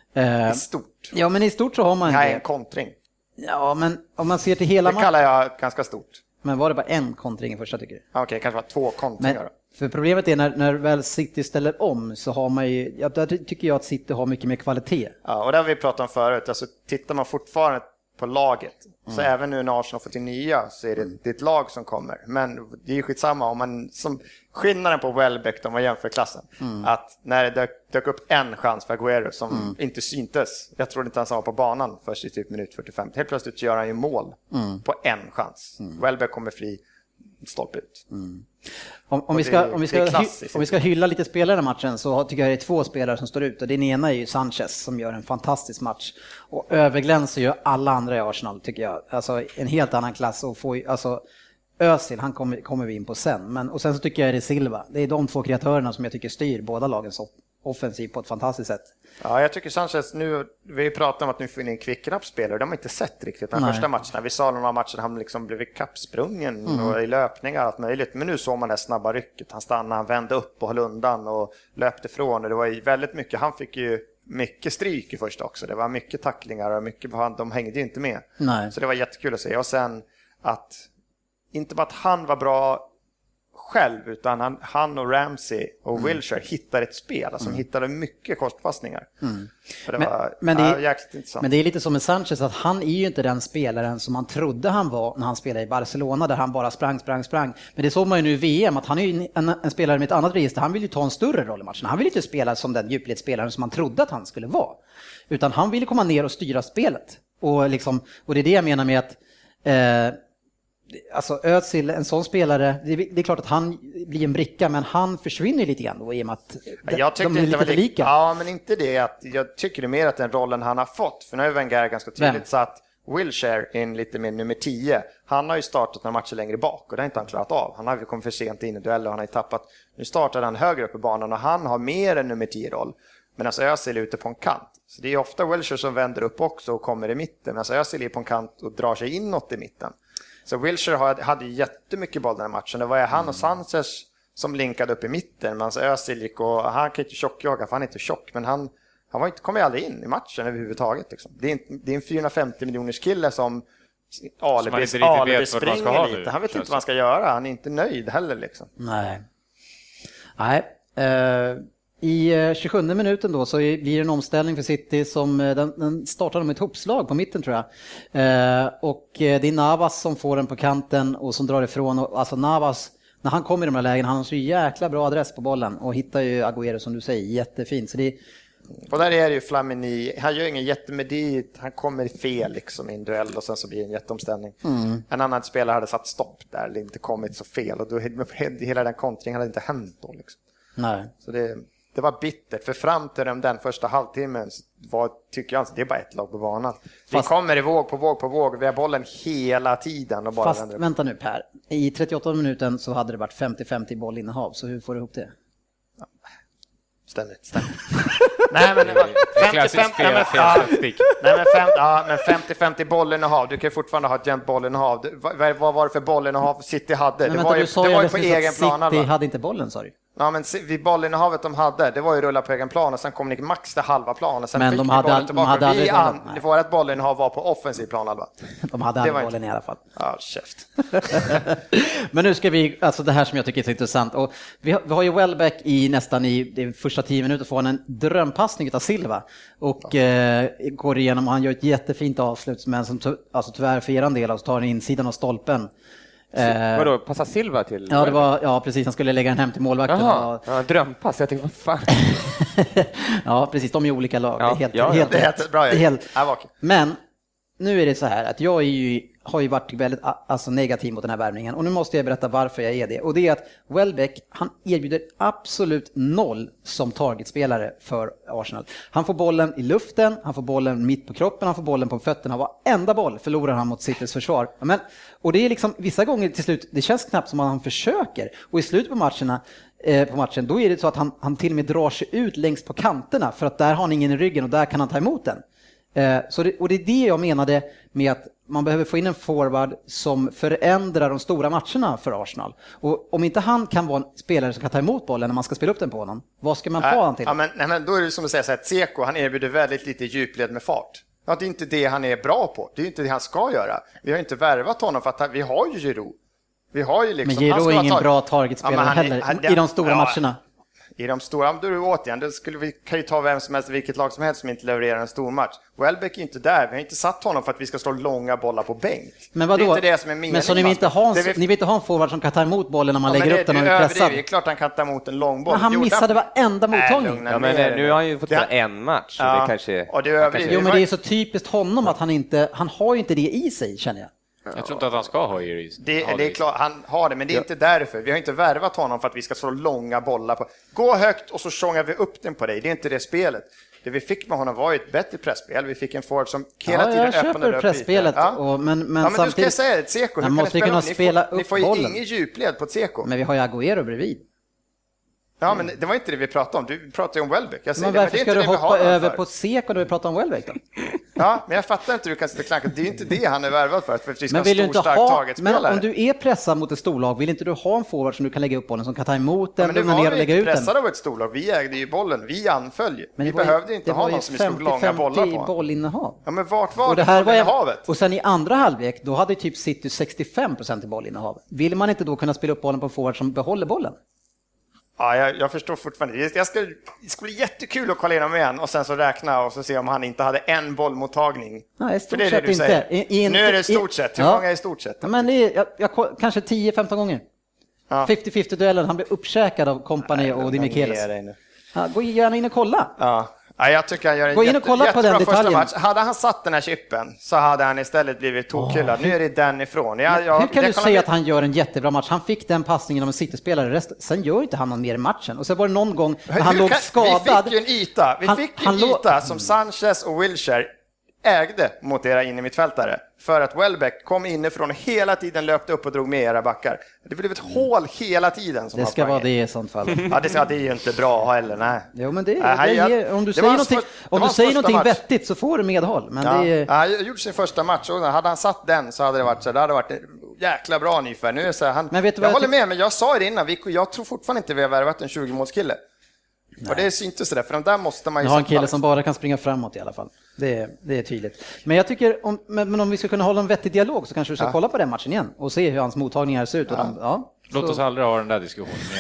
I stort? Ja, men i stort så har man det. En kontring. Ja, men om man ser till hela matchen. Det kallar jag ganska stort. Men var det bara en kontring i första, tycker du? Okej, okay, kanske var två kontringar. Men, för problemet är när, när väl City ställer om, så har man ju, ja, där tycker jag att City har mycket mer kvalitet. Ja, och det har vi pratat om förut. Alltså, tittar man fortfarande på laget, mm. så även nu när Arsenal får till nya, så är det, det är ett lag som kommer. Men det är ju skitsamma om man, som skillnaden på Welbeck, om man jämför klassen, mm. att när det dök, dök upp en chans för Aguero som mm. inte syntes, jag trodde inte han var på banan först i typ minut fyrtiofem, helt plötsligt gör han ju mål mm. på en chans. Mm. Welbeck kommer fri, stolpe ut. Mm. Om, om, vi ska, om, vi ska, hy, om vi ska hylla lite spelare i matchen, så tycker jag det är två spelare som står ut, och den ena är ju Sanchez som gör en fantastisk match och överglänser ju alla andra i Arsenal, tycker jag. Alltså en helt annan klass, och får, alltså Özil, han kommer, kommer vi in på sen, men, och sen så tycker jag det är Silva. Det är de två kreatörerna som jag tycker styr båda lagens offensiv på ett fantastiskt sätt. Ja, jag tycker Sanchez nu, vi pratar om att nu får in en quick-up-spelare, de har inte sett riktigt den Nej. första matchen. Vi sa några matcher han liksom blev kappsprungen mm. och i löpningar, allt möjligt, men nu såg man det snabba rycket, han stannade, han vände upp och höll undan och löpte från, och det var ju väldigt mycket, han fick ju mycket stryk i första också, det var mycket tacklingar och mycket, de hängde ju inte med. Nej. Så det var jättekul att se, och sen att inte bara att han var bra själv, utan han, han och Ramsey och mm. Wilshere hittade ett spel, alltså mm. hittade mycket kostpassningar. Mm. Det men, var men, det är, ja, jäkligt intressant. Men det är lite som med Sanchez, att han är ju inte den spelaren som man trodde han var när han spelade i Barcelona, där han bara sprang, sprang, sprang. Men det såg man ju nu i V M, att han är ju en, en spelare med ett annat register. Han vill ju ta en större roll i matchen. Han vill inte spela som den djupledsspelaren som man trodde att han skulle vara. Utan han ville komma ner och styra spelet. Och, liksom, och det är det jag menar med att eh, alltså Özil, en sån spelare, det är klart att han blir en bricka, men han försvinner lite grann då, i och med att de, jag de är lite lika. lika. Ja, men inte det. Att jag tycker det mer att den rollen han har fått, för nu är Wenger ganska tydligt Vem? så att Wilshere in lite mer nummer tio, han har ju startat några matcher längre bak och det har inte han klarat av. Han har ju kommit för sent in i dueller och han har ju tappat. Nu startar han högre upp i banan och han har mer än nummer tio-roll. Men alltså Özil är ute på en kant. Så det är ofta Wilshere som vänder upp också och kommer i mitten. Men alltså Özil är på en kant och drar sig inåt i mitten. Så Wilshere hade jättemycket boll den här matchen. Det var han och Sanchez som linkade upp i mitten. Men alltså Özil gick, och han kan inte tjockjaga för han är inte tjock. Men han, han var inte, kom ju aldrig in i matchen överhuvudtaget. Liksom. Det, är en, det är en fyrahundrafemtio miljoners kille som alibi springer lite. Han vet inte vad han ska göra. Han är inte nöjd heller. Liksom. Nej. Nej. Uh... I tjugosjunde minuten då så blir det en omställning för City som den, den startar med ett hoppslag på mitten, tror jag. Eh, och det är Navas som får den på kanten och som drar ifrån. Och, alltså Navas, när han kommer i de här lägen, han har så jäkla bra adress på bollen och hittar ju Agüero, som du säger, jättefint. Så det... Och där är det ju Flamini, han gör ingen jättemedit, han kommer fel liksom i en duell och sen så blir det en jätteomställning. Mm. En annan spelare hade satt stopp där, eller inte kommit så fel, och då hela den kontringen hade inte hänt då liksom. Nej. Så det Det var bittert, för fram till den första halvtimmen var, tycker jag, det är bara ett lag på banan. Vi Fast, kommer i våg på våg på våg, vi har bollen hela tiden. Och bara Fast vänta nu Per, i trettioåttonde minuten så hade det varit femtio femtio bollinnehav, så hur får du ihop det? Ja. Stämmer, stämmer. Nej men femtio femtio bollinnehav, du kan fortfarande ha ett jämnt bollinnehav. Vad, vad var det för bollinnehav City hade? Nej, det vänta, var ju, det var ju på egen plan. City hade inte bollen, sa du? Ja, men vid bollinnehavet de hade, det var ju rulla på egen plan och sen kom ni max till halva planen. Sen men fick de hade, bollen tillbaka. De hade vi an, det var ett bollinnehav var på offensiv plan, Alba. De hade aldrig bollen inte... i alla fall. Ja, käft. Men nu ska vi, alltså det här som jag tycker är så intressant. Och vi, har, vi har ju Welbeck i nästan i de första tio minuter får han en drömpassning av Silva. Och ja. eh, går igenom, och han gör ett jättefint avslut, men som alltså, tyvärr för eran del så tar han insidan av stolpen. Eh, Vadå, passa Silva till? Ja, det var, ja, precis. Han skulle lägga den hem till målvakten. Jaha, ja, drömpass. Jag tänkte, vad fan? Ja, precis. De är olika lag. Ja, det är helt, ja, helt, det är helt bra. Det är helt, men nu är det så här att jag är ju, har ju varit väldigt alltså, negativ mot den här värvningen och nu måste jag berätta varför jag är det. Och det är att Welbeck, han erbjuder absolut noll som targetspelare för Arsenal. Han får bollen i luften, han får bollen mitt på kroppen, han får bollen på fötterna. Varenda boll förlorar han mot Citys försvar. Men, och det är liksom vissa gånger till slut, det känns knappt som att han försöker. Och i slutet på matcherna på matchen, då är det så att han, han till och med drar sig ut längst på kanterna för att där har han ingen i ryggen och där kan han ta emot den. Så det, och det är det jag menade med att man behöver få in en forward som förändrar de stora matcherna för Arsenal. Och om inte han kan vara en spelare som kan ta emot bollen när man ska spela upp den på honom, vad ska man ta han till? Ja, men, nej, men då är det som att säga så här, att Seko, han erbjuder väldigt lite djupled med fart. Ja, det är inte det han är bra på. Det är inte det han ska göra. Vi har inte värvat honom för att vi har ju Giroud. Vi har ju liksom, men Giroud är ingen tar... bra targetspelare ja, heller han, i de stora ja, matcherna. I de stora, då är det återigen, då skulle vi, kan ju ta vem som helst, vilket lag som helst som inte levererar en stor match. Welbeck är inte där, vi har inte satt honom för att vi ska slå långa bollar på bänk. Men vadå? Det är inte det som är meningen. Men så ni vill inte ha en, vi... ni vill inte ha en forward som kan ta emot bollen när man ja, lägger det, upp den och är pressad? Det är klart han kan ta emot en lång boll. Men han jo, missade han... varenda mottagning. Ja, men nu har han ju fått spela en match. Så ja. det kanske, och det är kanske... Jo, men det är så typiskt honom att han inte, han har ju inte det i sig, känner jag. Jag tror inte att han ska ha Iris. Det, det är klart, han har det, men det är ja. inte därför. Vi har inte värvat honom för att vi ska slå långa bollar på. Gå högt och så tjongar vi upp den på dig. Det är inte det spelet. Det vi fick med honom var ju ett bättre pressspel. Vi fick en forward som hela ja, tiden öppnade upp. Ja, jag köper pressspelet. Ja. Och, men, men, ja, men samtidigt... du ska säga ett Seko. Han måste kunna spela upp bollen. Ni får ju ingen djupled på ett Seko. Men vi har ju Agüero bredvid. Ja, men det var inte det vi pratade om. Du pratade ju om Welbeck. Jag men varför det, men det ska du hoppa över på Seko när vi pratar om Welbeck då? Ja, men jag fattar inte hur du kan sitta klanka. Det är inte det han är värvad för. För att vi ska men vill ha en stor, stor, stark ha, targetspelare. Men om du är pressad mot ett storlag, vill inte du ha en forward som du kan lägga upp bollen, som kan ta emot den, ja, men nu var ner och lägga ut den? Vi pressade av ett storlag. Vi ägde ju bollen. Vi anföll. Men vi var, behövde inte ha någon som vi slog långa bollar på. bollinnehav. Ja, men vart var och det här var bollinnehavet? Och sen i andra halvlek, då hade typ City sextiofem procent i bollinnehav. Vill man inte då kunna spela upp bollen på en forward som behåller bollen? Ja, jag, jag förstår fortfarande. Jag ska, det skulle bli jättekul att kolla igenom igen och sen så räkna och så se om han inte hade en bollmottagning. Nej, stort sett det inte. I, i, nu är det stort sett. Hur ja. många är stort sett? Ja, men det är, jag, jag, kanske tio femton gånger. Ja. femtio femtio-duellen, han blev uppkäkad av Kompani och Di Michelis. Ja, gå gärna in och kolla. Ja. Ja, jag tycker han gör en Gå in och jätte, kolla på den detaljen. Match. Hade han satt den här chippen så hade han istället blivit tokhyllad. Oh, nu är det den ifrån. Jag, jag, hur kan du säga bli... att han gör en jättebra match? Han fick den passningen av en City-spelare, rest... sen gör inte han någon mer i matchen. Och så var det någon gång när han låg kan... skadad. Vi fick ju en yta, vi han, fick han en lå... yta som Sanchez och Wilshere ägde mot era in i mittfältare. För att Welbeck kom inifrån och hela tiden löpte upp och drog med era backar. Det blev ett hål hela tiden. Som det ska vara det i sånt fall. Ja, det, ska, det är ju inte bra heller, nej. Jo, men det, det ger, om du säger någonting, om du säger någonting vettigt så får du medhåll. Men ja. det är... ja, jag gjorde sin första match och hade han satt den så hade det varit så det hade varit en jäkla bra nyfär. Nu är så här, han, men vet du vad jag, jag håller med, men jag sa det innan, vi, jag tror fortfarande inte vi har värvat en tjugo-målskille. Nej. Och det är inte sådär, för de där måste man ju... Jag har en kille som bara kan springa framåt i alla fall. Det är, det är tydligt. Men jag tycker, om, men, men om vi ska kunna hålla en vettig dialog så kanske du ska ja. kolla på den matchen igen och se hur hans mottagningar ser ut. Och ja. De, ja, Låt så. oss aldrig ha den där diskussionen igen.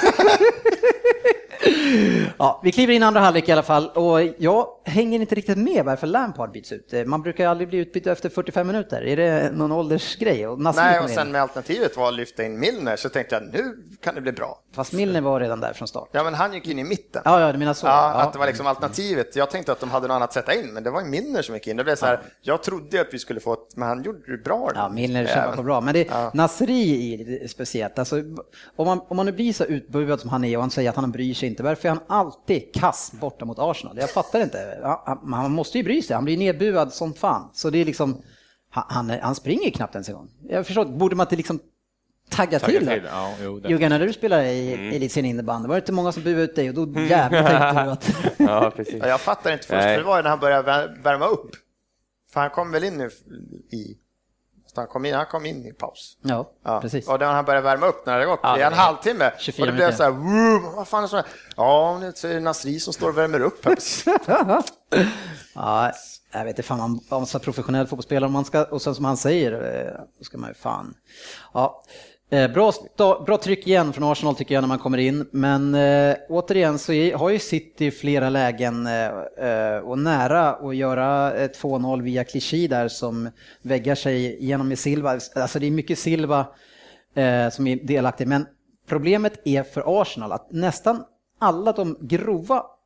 Ja, vi kliver in i andra halvlek i alla fall och jag hänger inte riktigt med varför Lampard byts ut. Man brukar aldrig bli utbytt efter fyrtiofem minuter. Är det någon åldersgrej? Och Nej, och sen med alternativet var att lyfta in Milner så tänkte jag nu kan det bli bra. Fast Milner var redan där från start. Ja, men han gick in i mitten. Ja, ja, du menar så. Ja, ja. Att det var liksom alternativet. Jag tänkte att de hade något annat att sätta in, men det var ju Milner som gick in. Det blev så här, ja. Jag trodde att vi skulle få ett, men han gjorde det bra. Ja, Milner kämpade bra. Men det, ja. Nasri är lite speciellt. Alltså, om, man, om man nu blir så utbuad som han är och han säger att han bryr sig inte, varför är han alltid kass borta mot Arsenal? Jag fattar inte. Ja, han måste ju bry sig. Han blir nedbuad som fan. Så det är liksom, han, han springer knappt ens en gång. Jag förstår, borde man inte liksom tagga, tagga till, till. Ja, jo, Juggen, när du spelar i mm. elitserien innebandy var det inte många som buade ut dig och då jävlar tänkte du att... Ja, precis. Ja, jag fattar inte först, för det var ju när han började värma upp. För han kom väl in nu i... Han kom in, han kom in i paus. Ja, ja. Precis. Och då han började värma upp när det gått ja, i en nej. halvtimme. Och det blev så här, vad fan är det? Ja, nu är det Nasri som står och värmer upp här. Ja, jag vet inte fan man, man ska professionell fotbollsspelare om man ska, och sen som han säger, då ska man ju fan. Ja. Bra, bra tryck igen från Arsenal tycker jag när man kommer in, men äh, återigen så är, har ju City flera lägen äh, och nära att göra ett två noll via Clichy där som väggar sig igenom med Silva. Alltså det är mycket Silva äh, som är delaktig, men problemet är för Arsenal att nästan alla de grova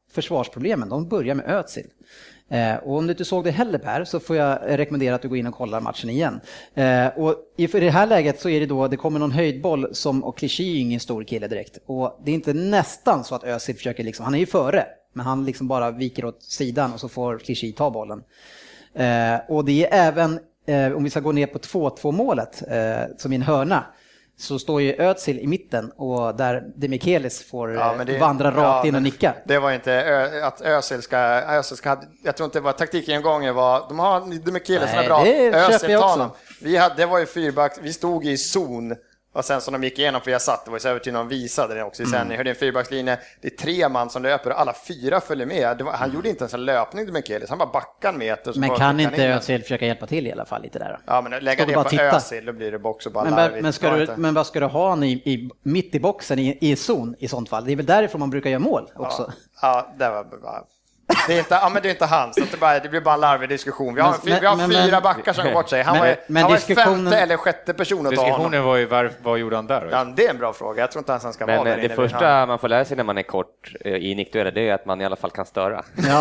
försvarsproblemen, de börjar med Özil. Eh, och om du inte såg det heller Per, så får jag rekommendera att du går in och kollar matchen igen. Eh, och i det här läget så är det då, det kommer någon höjdboll som, och Clichy är ingen stor kille direkt. Och det är inte nästan så att Özil försöker liksom, han är ju före, men han liksom bara viker åt sidan och så får Clichy ta bollen. Eh, och det är även, eh, om vi ska gå ner på två två målet, eh, som i en hörna, så står ju Özil i mitten och där Demichelis får ja, det, vandra rakt ja, in och nicka. Det var inte Ö, att Özil ska, Özil ska, jag tror inte det var taktiken gånger var, de har Demichelis som är bra, Özil tar dem. Vi hade, det var ju fyrback, vi stod i zon och sen som de gick igenom, för jag satt, det var ju så över till någon visade det också, sen mm. hörde en fyrbackslinje, det är tre man som löper och alla fyra följer med. Det var, han gjorde inte ens en löpning till Demichelis, han bara backade en meter. Men kan inte Özil försöka hjälpa till i alla fall lite där då? Ja, men lägga det på Özil, då blir det box och bara men, larvigt. Men, ska du, men vad ska du ha han i, i, mitt i boxen i, i zon i sånt fall? Det är väl därifrån man brukar göra mål också? Ja, ja det var bara... Det är inte, ja, men det är inte han, så det, bara, det blir bara en larvig diskussion. Vi har, men, vi har men, fyra men, backar som går bort sig. Han men, var, men han var femte eller sjätte person att ta honom. Diskussionen var ju, var, vad gjorde han där? Ja, det är en bra fråga. Jag tror inte han ska men, vara där. Men det första man får lära sig när man är kort i nickdueller, det är att man i alla fall kan störa. Ja.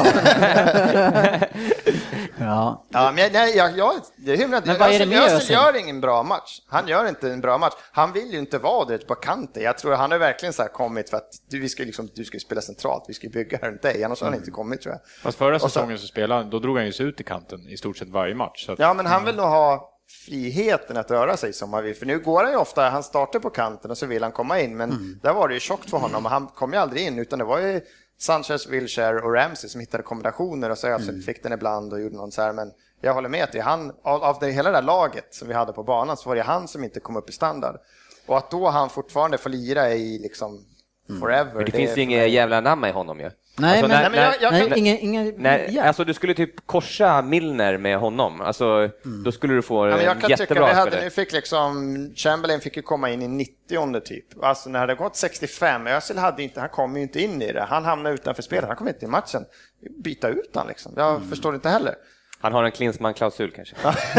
ja. ja men nej, jag, jag, det är himla, men vad är det med Özil gör ingen bra match. Han gör inte en bra match. Han vill ju inte vara det på kanten. Jag tror han har verkligen så här kommit för att du, vi ska, liksom, du ska spela centralt. Vi ska bygga här runt dig. Annars har han inte kommit, tror jag. Fast förra säsongen så spelade han, då drog han ju sig ut i kanten i stort sett varje match. Så att, ja, men han vill nog ha friheten att röra sig som han vill. För nu går han ju ofta, han startar på kanten och så vill han komma in. Men mm. där var det ju tjockt för honom och han kom ju aldrig in, utan det var ju Sanchez, Wilshere och Ramsey som hittade kombinationer och så mm. fick den ibland och gjorde någon så här. Men jag håller med till han, av, av det hela det där laget som vi hade på banan så var det han som inte kom upp i standard. Och att då han fortfarande får lira i liksom forever. Men det, det finns ju inga jävla namn i honom ju. Nej, alltså, men, när, nej, men jag, jag, nej, ingen, ingen, nej, ja. Alltså du skulle typ korsa Milner med honom. Alltså mm. då skulle du få ja, jag kan jättebra tycka, vi hade, nu fick liksom Chamberlain fick ju komma in i nittionde typ. Alltså när det hade gått sextiofem, Özil hade inte, han kom ju inte in i det. Han hamnade utanför spelet, han kom inte i matchen. Byta ut han liksom. Jag mm. förstår inte heller. Han har en Klinsmann-klausul kanske.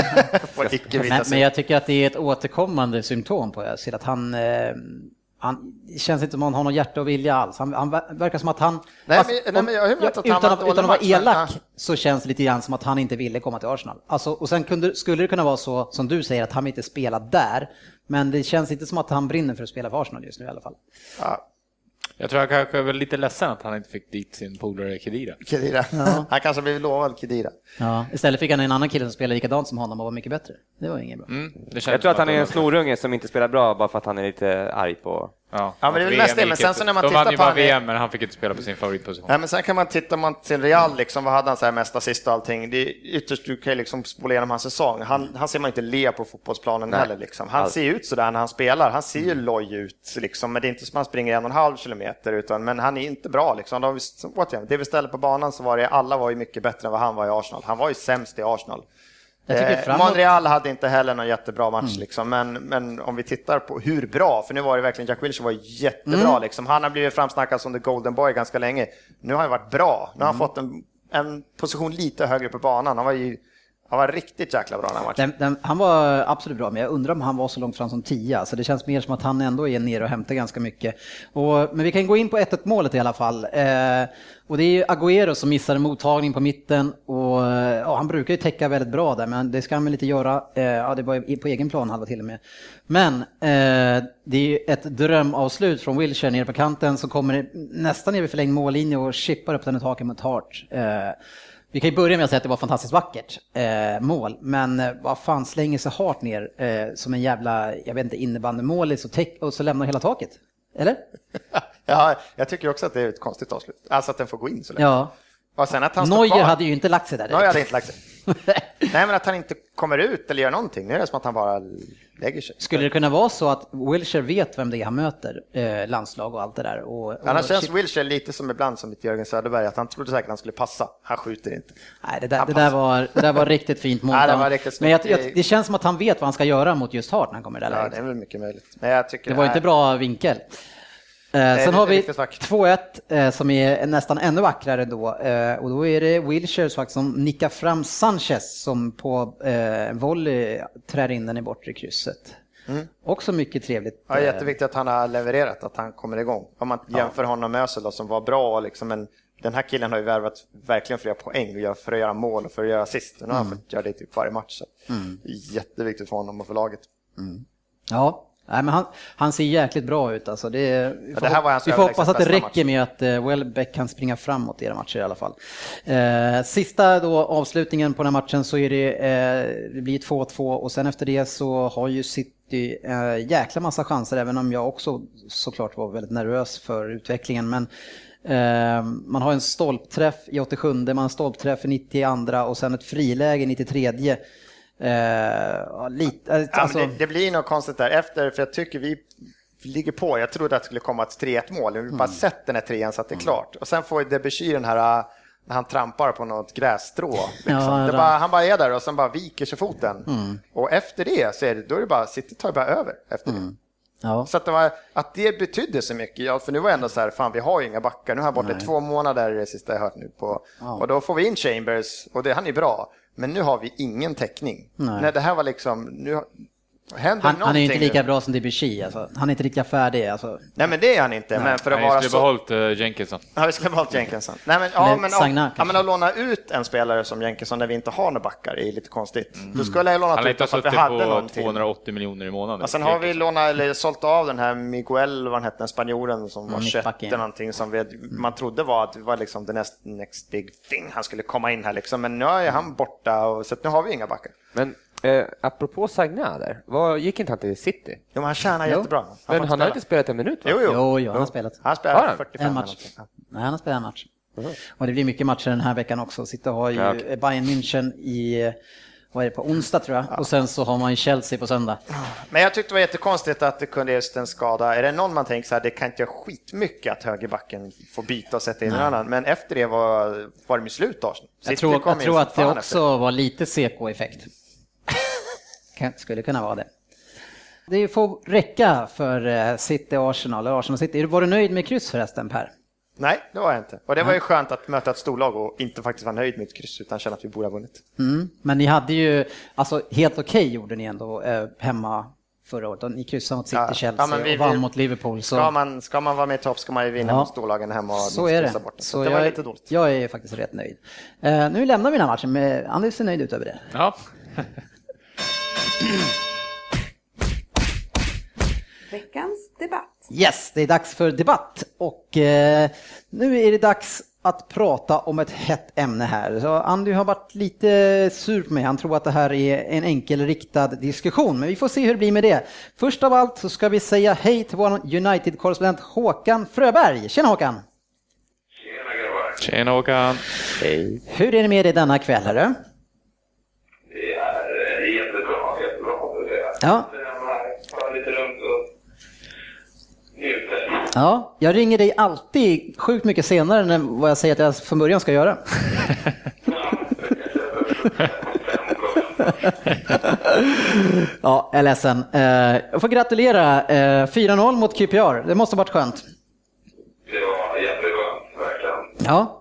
men, men jag tycker att det är ett återkommande symptom på Özil att han eh, han känns inte som att han har någon hjärta och vilja alls. Han, han verkar som att han... Nej, fast, men, nej, men jag, jag vet att utan, han att, utan att vara elak så känns det lite grann som att han inte ville komma till Arsenal. Alltså, och sen kunde, skulle det kunna vara så som du säger att han inte spelar där. Men det känns inte som att han brinner för att spela för Arsenal just nu i alla fall. Ja. Jag tror jag kanske är väl lite ledsen att han inte fick dit sin polare Khedira. Khedira. Ja. Han kanske blev lovad Khedira. Ja, istället fick han en annan kille som spelade likadant som honom och var mycket bättre. Det var inget bra. Mm, det jag tror att han är en snorunge som inte spelar bra bara för att han är lite arg på... Ja, ja men det är väl mest det, men sen så när man de tittar vann ju på bara V M, men han fick inte spela på sin favoritposition. Ja, men sen kan man titta man till Real liksom, vad hade han så här mest assist och allting. Det är ytterst du kan liksom spola igenom hans säsong. Han, han ser man inte le på fotbollsplanen Nej. heller liksom. Han All... ser ut så där när han spelar. Han ser ju loj ut liksom, men det är inte som han springer en och en halv kilometer utan men han är inte bra liksom. Då, återigen, det vi ställde på banan så var det alla var ju mycket bättre än vad han var i Arsenal. Han var ju sämst i Arsenal. Eh, Montreal hade inte heller någon jättebra match mm. liksom, men, men om vi tittar på hur bra, för nu var det verkligen Jack Wilshere var jättebra mm. liksom. Han har blivit framsnackad som the golden boy ganska länge. Nu har han varit bra. Nu har mm. han fått en, en position lite högre på banan. Han var ju Han var riktigt jäkla bra den här den, den, Han var absolut bra, men jag undrar om han var så långt fram som tio. Alltså det känns mer som att han ändå är nere och hämtar ganska mycket. Och, men vi kan gå in på ett ett målet i alla fall. Eh, och det är ju Agüero som missar mottagning på mitten. Och ja, han brukar ju täcka väldigt bra där, men det ska han väl inte göra. Eh, ja, det var på egen plan halva till och med. Men eh, det är ju ett drömavslut från Wilshere ner på kanten som kommer nästan ner vid förlängd mållinje och chippar upp den i taket mot Hart. Eh, Vi kan ju börja med att säga att det var fantastiskt vackert eh, mål, men eh, vad fan slänger sig Hart ner eh, som en jävla, jag vet inte, innebandymål och, täck, och så lämnar hela taket, eller? Ja, jag tycker också att det är ett konstigt avslut, alltså att den får gå in så lätt. Ja. Och sen att han Neuer hade ju inte lagt sig där. Neuer hade inte lagt sig. Nej, men att han inte kommer ut eller gör någonting, nu är det som att han bara lägger sig. Skulle det kunna vara så att Wilshere vet vem det är han möter, eh, landslag och allt det där? Och, och Annars känns Wilshere lite som ibland som ett Jörgen Söderberg, att han trodde säkert att han skulle passa. Han skjuter inte. Nej, det där, det där, var, det där var riktigt fint mot Nej, det var riktigt men jag, jag, det känns som att han vet vad han ska göra mot just Hart när han kommer där. Ja, läget. det är väl mycket möjligt. Men jag tycker det var det inte bra vinkel. Eh, sen har vi två ett eh, som är nästan ännu vackrare då eh, och då är det Wilshere faktiskt som nickar fram Sanchez som på eh, volley trär in den i bortre krysset. Mm. Också mycket trevligt. Ja, jätteviktigt att han har levererat, att han kommer igång. Om man jämför ja. honom med Özil då, som var bra liksom, men den här killen har ju värvat verkligen för att göra poäng och göra, för att göra mål och för att göra assist. Och nu har han fått göra det typ varje match. Så mm. det är jätteviktigt för honom och för laget. Mm. Ja, nej, men han, han ser jäkligt bra ut. Alltså det, vi får, ja, det här var hans vi får hoppas att det räcker match. med att uh, Welbeck kan springa framåt i era matcher i alla fall. Uh, sista då avslutningen på den här matchen så är det, uh, det blir två två och sen efter det så har ju City uh, jäkla massa chanser, även om jag också såklart var väldigt nervös för utvecklingen. Men uh, man har en stolpträff i åttiosjunde, man har en stolpträff i nittioandra och sen ett friläge i nittiotredje. Uh, lite, alltså... ja, det, det blir något konstigt där efter, för jag tycker vi ligger på. Jag trodde att det skulle komma ett tre ett mål. Vi mm. bara sett den här trean så att det är mm. klart. Och sen får Debussy den här när han trampar på något grässtrå. Liksom. Ja, det bara, han bara är där och sen bara viker sig foten. Mm. Och efter det så är det, då är det bara, City tar bara över efter mm. det. Ja. Så att det, var, att det betydde så mycket. Ja, för nu var det ändå så här, fan vi har ju inga backar. Nu har jag borta Nej. två månader det sista jag hört nu på. Ja. Och då får vi in Chambers och det, han är bra. Men nu har vi ingen täckning. Nej. Nej, det här var liksom... Nu, han, han är ju inte lika bra som Debussy. Alltså. Han är inte lika färdig. Alltså. Nej, men det är han inte. Men för att Nej, vara vi skulle så... behållit uh, Jenkinson. Ja, vi skulle behållit Jenkinson. Nej, men, ja, men, ja, ja, men att låna ut en spelare som Jenkinson när vi inte har några backar är lite konstigt. Mm. Då skulle jag låna ut för att vi hade någon till. tvåhundraåttio miljoner i månaden. Och sen har vi lånat, eller sålt av den här Miguel, vad han hette, den spanjoren som var mm, tjugoett någonting som vi, man trodde var att det var liksom the next, next big thing. Han skulle komma in här liksom. Men nu är han borta och så nu har vi inga backar. Men Eh, apropå Sagna där, vad gick inte han till City? Jo, men han tjänar jo. jättebra. Han men han spela. har inte spelat en minut, va? Jo, jo. jo, jo han har spelat. Han spelar fyrtiofem en match. Nej, han har spelat en match. Mm. Och det blir mycket matcher den här veckan också. City har ju ja, okay. Bayern München i, vad är det, på onsdag tror jag. Ja. Och sen så har man ju Chelsea på söndag. Men jag tyckte det var jättekonstigt att det kunde just en skada. Är det någon man tänker så här, det kan inte göra skitmycket att högerbacken får byta och sätta in en annan. Men efter det var, var det med slut då. Jag tror, jag tror att det också efter. var lite C K-effekt. Skulle kunna vara det. Det får räcka för City Arsenal och Arsenal City. Var du nöjd med kryss förresten, Per? Nej, det var jag inte. Och det var ju skönt att möta ett storlag och inte faktiskt vara nöjd med ett kryss utan känna att vi borde ha vunnit. Mm. Men ni hade ju, alltså helt okej okay gjorde ni ändå eh, hemma förra året. Ni kryssade mot City, ja, Chelsea ja, vi, och vann vi, mot Liverpool. Så... Ska, man, ska man vara med i topp ska man ju vinna ja. mot storlagen hemma och så är det. Bort. Så, så det jag, var lite dåligt. Jag är faktiskt rätt nöjd. Eh, nu lämnar vi den här matchen med Anders ser nöjd ut över det. Ja. Veckans debatt. Yes, det är dags för debatt och eh, nu är det dags att prata om ett hett ämne här. Så Andy har varit lite sur på mig. Han tror att det här är en enkel riktad diskussion, men vi får se hur det blir med det. Först av allt så ska vi säga hej till vår United-korrespondent Håkan Fröberg. Tjena Håkan! Tjena grabbar! Tjena Håkan! Hej! Hur är det med dig denna kväll, hörru? Det är jättebra, jättebra. Ja. Lite lugnt och njuter. Ja, jag ringer dig alltid sjukt mycket senare än vad jag säger att jag från början ska göra. Ja, jag är ledsen. Jag får gratulera fyra noll mot Q P R. Det måste ha varit skönt. Det var jätteskönt, verkligen. Ja.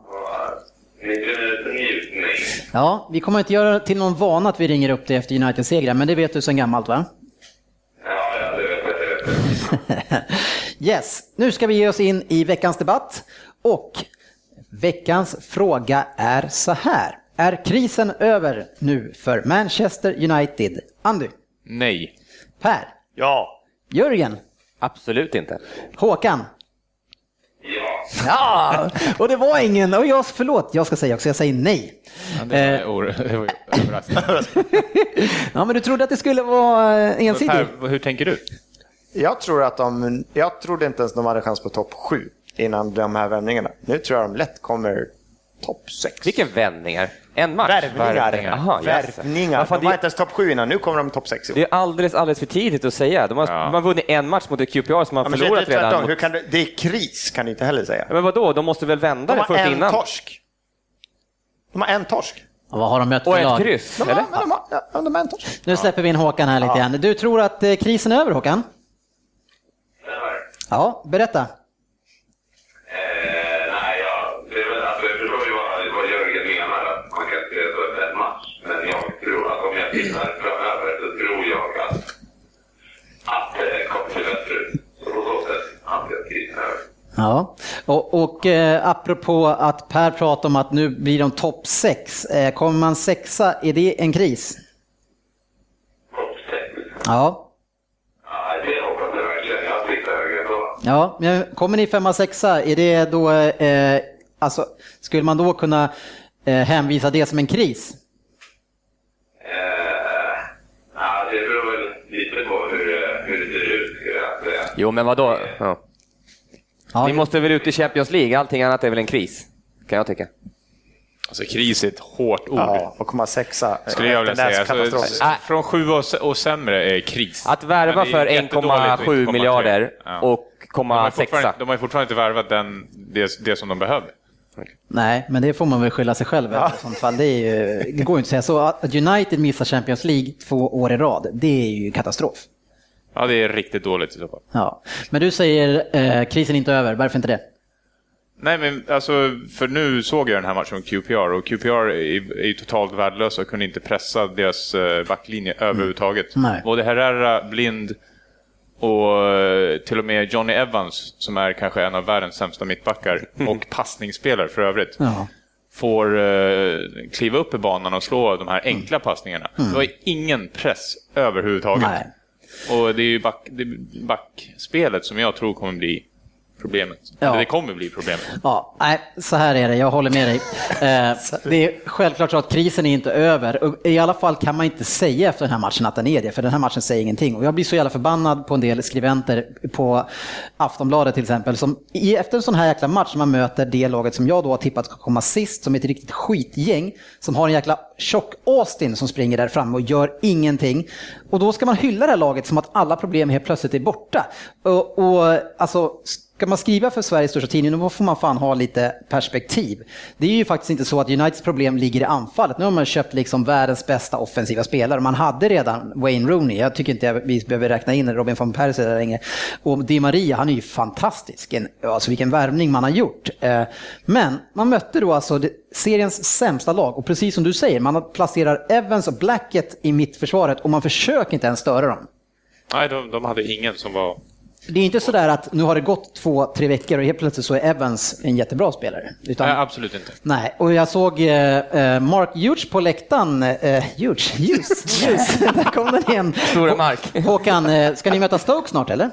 Ja, vi kommer inte göra till någon vana att vi ringer upp dig efter United-segrar, men det vet du sedan gammalt, va? Yes, nu ska vi ge oss in i veckans debatt och veckans fråga är så här. Är krisen över nu för Manchester United? Andy? Nej. Per? Ja. Jörgen? Absolut inte. Håkan? Ja. Ja, och det var ingen, och jag, förlåt, jag ska säga också, jag säger nej. Ja, det var, eh. det var överraskande. Ja, men du trodde att det skulle vara ensidigt. Per, hur tänker du? Jag tror att de, jag trodde inte ens de hade chans på topp sju innan de här vändningarna. Nu tror jag de lätt kommer topp sex. Vilka vändningar? En match? Värvningar. Värvningar. Aha, Värvningar. Yes. De var inte ens topp sju innan, nu kommer de topp sex. Det är alldeles, alldeles för tidigt att säga. De har, ja. de har vunnit en match mot Q P R som man ja, förlorat redan. Mot... Hur kan du, det är kris, kan du inte heller säga. Men vadå? De måste väl vända de det först innan? De har en torsk. De har en torsk. Ja, vad har de mött för Och lag? ett kryss, de eller? Har, de har, ja, de har en torsk. Nu släpper vi in Håkan här lite ja. grann. Du tror att eh, krisen är över, Håkan? Ja, berätta. Eh, nej, ja, det är väl, alltså, jag förstår ju vad, vad Jörgen menar, att man kan spela så en match. Men jag tror att om jag tittar framöver så tror jag att, att det kommer till bättre ut. Så på så sätt anser jag att krisen är över. Ja, Och, och eh, apropå att Per pratar om att nu blir de topp sex, eh, kommer man sexa, är det en kris? Topp sex? Ja. Ja, det hoppas jag verkligen. Jag tittar högre då. Ja, men kommer ni femma, sexa, är det då, eh, alltså, skulle man då kunna eh, hänvisa det som en kris? Eh, ja, det beror väl lite på hur, hur det ser ut, skulle jag säga. Jo, men vadå? Ja. Ja. Ni måste väl ut i Champions League, allting annat är väl en kris, kan jag tycka. Alltså kris är ett hårt ord. Ja, och komma sexa. Skulle jag vilja säga. Katastrof. Alltså, från sju och, och sämre är kris. Att värva för en komma sju miljarder ja. och komma sexa. De har ju fortfarande inte värvat den, det, det som de behöver. Nej, men det får man väl skylla sig själv ja. I sånt fall. Det, är ju, det går ju inte att säga så. Att United missar Champions League två år i rad, det är ju katastrof. Ja, det är riktigt dåligt i så fall. Ja. Men du säger eh, krisen är inte över, varför inte det? Nej, men alltså, för nu såg jag den här matchen med Q P R och Q P R är, är ju totalt värdelösa och kunde inte pressa deras backlinje mm. överhuvudtaget. Nej. Både Herrera, Blind och till och med Johnny Evans, som är kanske en av världens sämsta mittbackar och passningsspelare för övrigt, ja. får uh, kliva upp i banan och slå de här enkla mm. passningarna. Mm. Det var ingen press överhuvudtaget. Nej. Och det är ju back, det är backspelet som jag tror kommer bli problemet. Ja. Det kommer bli problemet. Ja, nej, så här är det, jag håller med dig. Eh, det är självklart så att krisen är inte över. Och i alla fall kan man inte säga efter den här matchen att den är det, för den här matchen säger ingenting. Och jag blir så jävla förbannad på en del skribenter på Aftonbladet till exempel, som efter en sån här jäkla match man möter det laget som jag då har tippat ska komma sist, som är ett riktigt skitgäng, som har en jäkla tjock Austin som springer där fram och gör ingenting. Och då ska man hylla det här laget som att alla problem helt plötsligt är borta. Och, och alltså... Ska man skriva för Sveriges största tidning, då får man fan ha lite perspektiv. Det är ju faktiskt inte så att Uniteds problem ligger i anfallet. Nu har man köpt liksom världens bästa offensiva spelare. Man hade redan Wayne Rooney. Jag tycker inte vi behöver räkna in Robin van Persie där länge. Och Di Maria, han är ju fantastisk. Alltså vilken värvning man har gjort. Men man mötte då alltså seriens sämsta lag. Och precis som du säger, man placerar Evans och Blackett i mittförsvaret och man försöker inte ens störa dem. Nej, de, de hade ingen som var... Det är inte så där att nu har det gått två, tre veckor och helt plötsligt så är Evans en jättebra spelare. Utan, nej, absolut inte. Nej, och jag såg eh, Mark Hughes på läktaren. Eh, Hughes, Hughes, Hughes. Där kom den igen. Stora Mark. Håkan, eh, ska ni möta Stoke snart eller?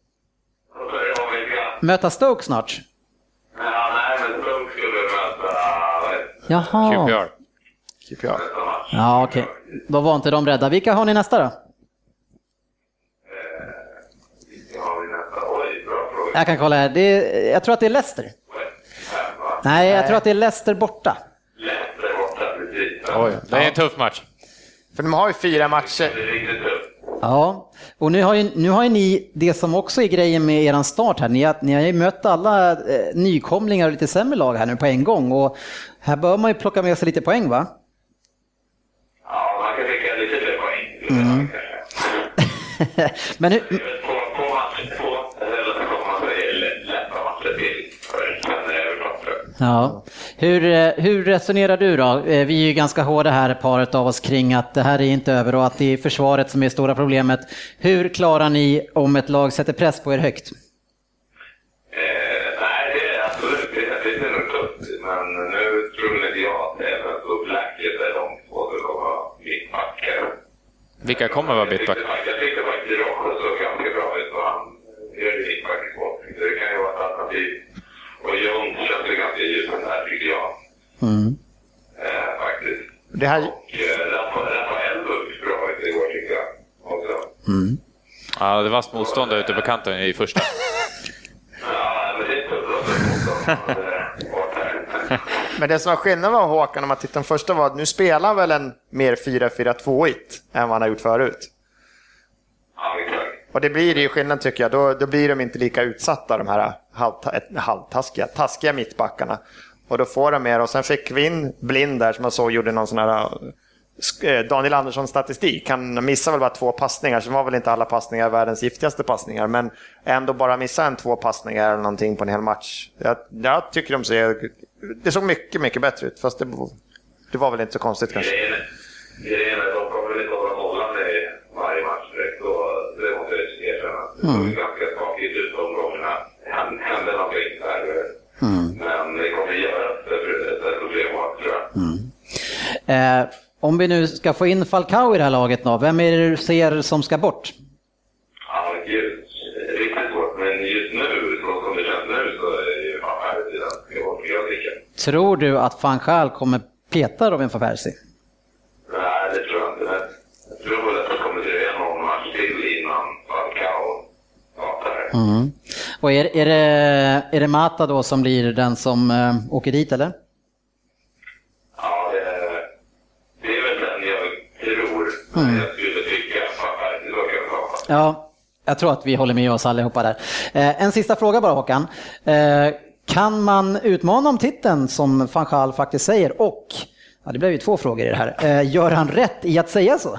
Möta Stoke snart? Ja, nej, men Stoke skulle möta... Jaha. Q P R. Q P R. Ja, okej. Okay. Då var inte de rädda. Vilka har ni nästa då? Jag kan kolla här. Det är, jag tror att det är Leicester. Nej, jag tror att det är Leicester borta. Leicester borta, precis. Oj, det är en tuff match. För de har ju fyra matcher. Det är riktigt tufft. Ja, och nu har, ju, nu har ju ni det som också är grejen med eran start här. Ni har, ni har ju mött alla eh, nykomlingar och lite sämre lag här nu på en gång. Och här bör man ju plocka med sig lite poäng, va? Ja, man kan tycka lite fler poäng. Mm. Men hur... På, på match två, eller så kommer man säga lätta matcher till. Sen är det klart. Ja. Hur, hur resonerar du då? Vi är ju ganska hårda här, paret av oss, kring att det här är inte över och att det är försvaret som är stora problemet. Hur klarar ni om ett lag sätter press på er högt? Eh, nej, det är absolut det, det är nog tufft. Men nu tror inte jag att även så Blackett är de två som kommer mittbackar. Vilka kommer vara mittback? Jag tyckte faktiskt att Rojo såg ganska bra ut och han gör det mittback i två. Så det kan ju vara ett alternativ. Och Jon känns det ganska ljusen där, tycker jag. Mm. Eh, faktiskt. Det här... Och eh, Rafael upp bra ut igår, tycker jag. Också. Mm. Ja, det var motstånd ute på kanten i första. Ja, men det är tufft motstånd. Men det som var skillnaden var Håkan om man tittar på första var att nu spelar väl en mer fyra fyra två-igt än vad han har gjort förut. Ja, exakt. Och det blir ju skillnad tycker jag. Då, då blir de inte lika utsatta, de här halvta, halvtaskiga, taskiga mittbackarna. Och då får de mer. Och sen fick vi in Blind där som man såg gjorde någon sån här Daniel Andersson statistik. Han missade väl bara två passningar, så var väl inte alla passningar världens giftigaste passningar, men ändå bara missa en två passningar eller någonting på en hel match. Jag, jag tycker de ser, det såg mycket mycket bättre ut, fast det, det var väl inte så konstigt kanske. Grejen är att de kommer väl inte att hålla med varje match direkt, och det måste jag erkänna. Det såg ganska skakigt ut de gångerna. Hände någonting där Mm. Men det kommer göras efter fler mål, tror jag. Mm. Eh, om vi nu ska få in Falcao i det här laget då, vem är det du ser som ska bort? Ja, gud. Riktigt svårt. Men just nu, så som det känns nu, så är det ju fan här i tiden. Jag bort, jag tycker. Tror du att Van Gaal kommer peta Robin van Persie? Nej, det tror jag inte. Men jag tror väl att det kommer till någon match till innan Falcao startar. Mm. Och är, är, det, är det Mata då som blir den som äh, åker dit, eller? Ja, det, det är väl den jag tror. Mm. Jag skulle tycka att det var kanske. Ja, jag tror att vi håller med oss allihopa där. Eh, en sista fråga bara, Håkan. Eh, kan man utmana om titeln som Van Gaal faktiskt säger? Och, ja, det blev ju två frågor i det här. Eh, gör han rätt i att säga så? Eh,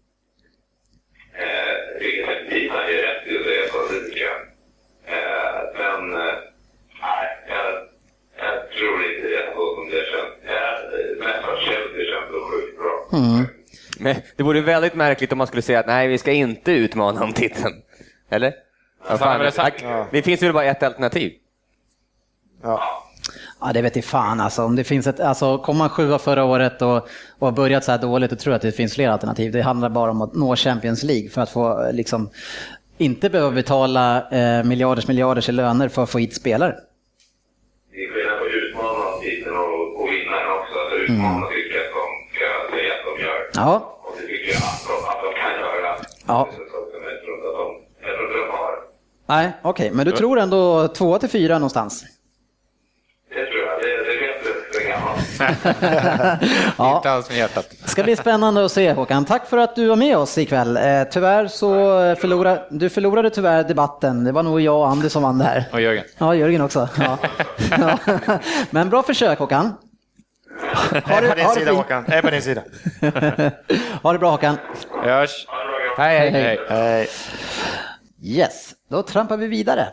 Definitivt han gör rätt i att säga så, det tycker jag. Eh, men, eh, nej, jag, jag tror inte det är så som det känns. Jag, mest av Chelsea känns så sjukt bra. Mm. Men det vore väldigt märkligt om man skulle säga att nej, vi ska inte utmana om titeln. Eller? Ja, fan, det, ja. Det finns ju bara ett alternativ. Ja. Ja, det vet jag fan alltså. Om det finns ett, alltså, kom man sjua förra året och, och har börjat så här dåligt, och tror att det finns fler alternativ. Det handlar bara om att nå Champions League för att få liksom inte behöva betala eh, miljarders miljarders i löner för att få hit spelare. Det är skillnad på utmana om titeln och, och vinna också. Alltså utmana mm. tycker jag att de ska säga att de gör. Ja. Och det tycker jag att de, att de kan göra. Ja. Nej, okej, okay. Men du tror ändå två till fyra någonstans? Det tror jag, det, det vet du för gammalt. Ja. Inte alls med hjärtat. Ska bli spännande att se, Håkan. Tack för att du var med oss ikväll. Eh, tyvärr så förlorade du förlorade tyvärr debatten. Det var nog jag och Anders som vann det här. Och Jörgen. Ja, Jörgen också. Ja. Ja. Men bra försök, Håkan. Ha det, på din sida, Håkan. Jag är på din sida. Ha det bra, Håkan. Görs. Hej, hej. Hej. Hej. Yes, då trampar vi vidare.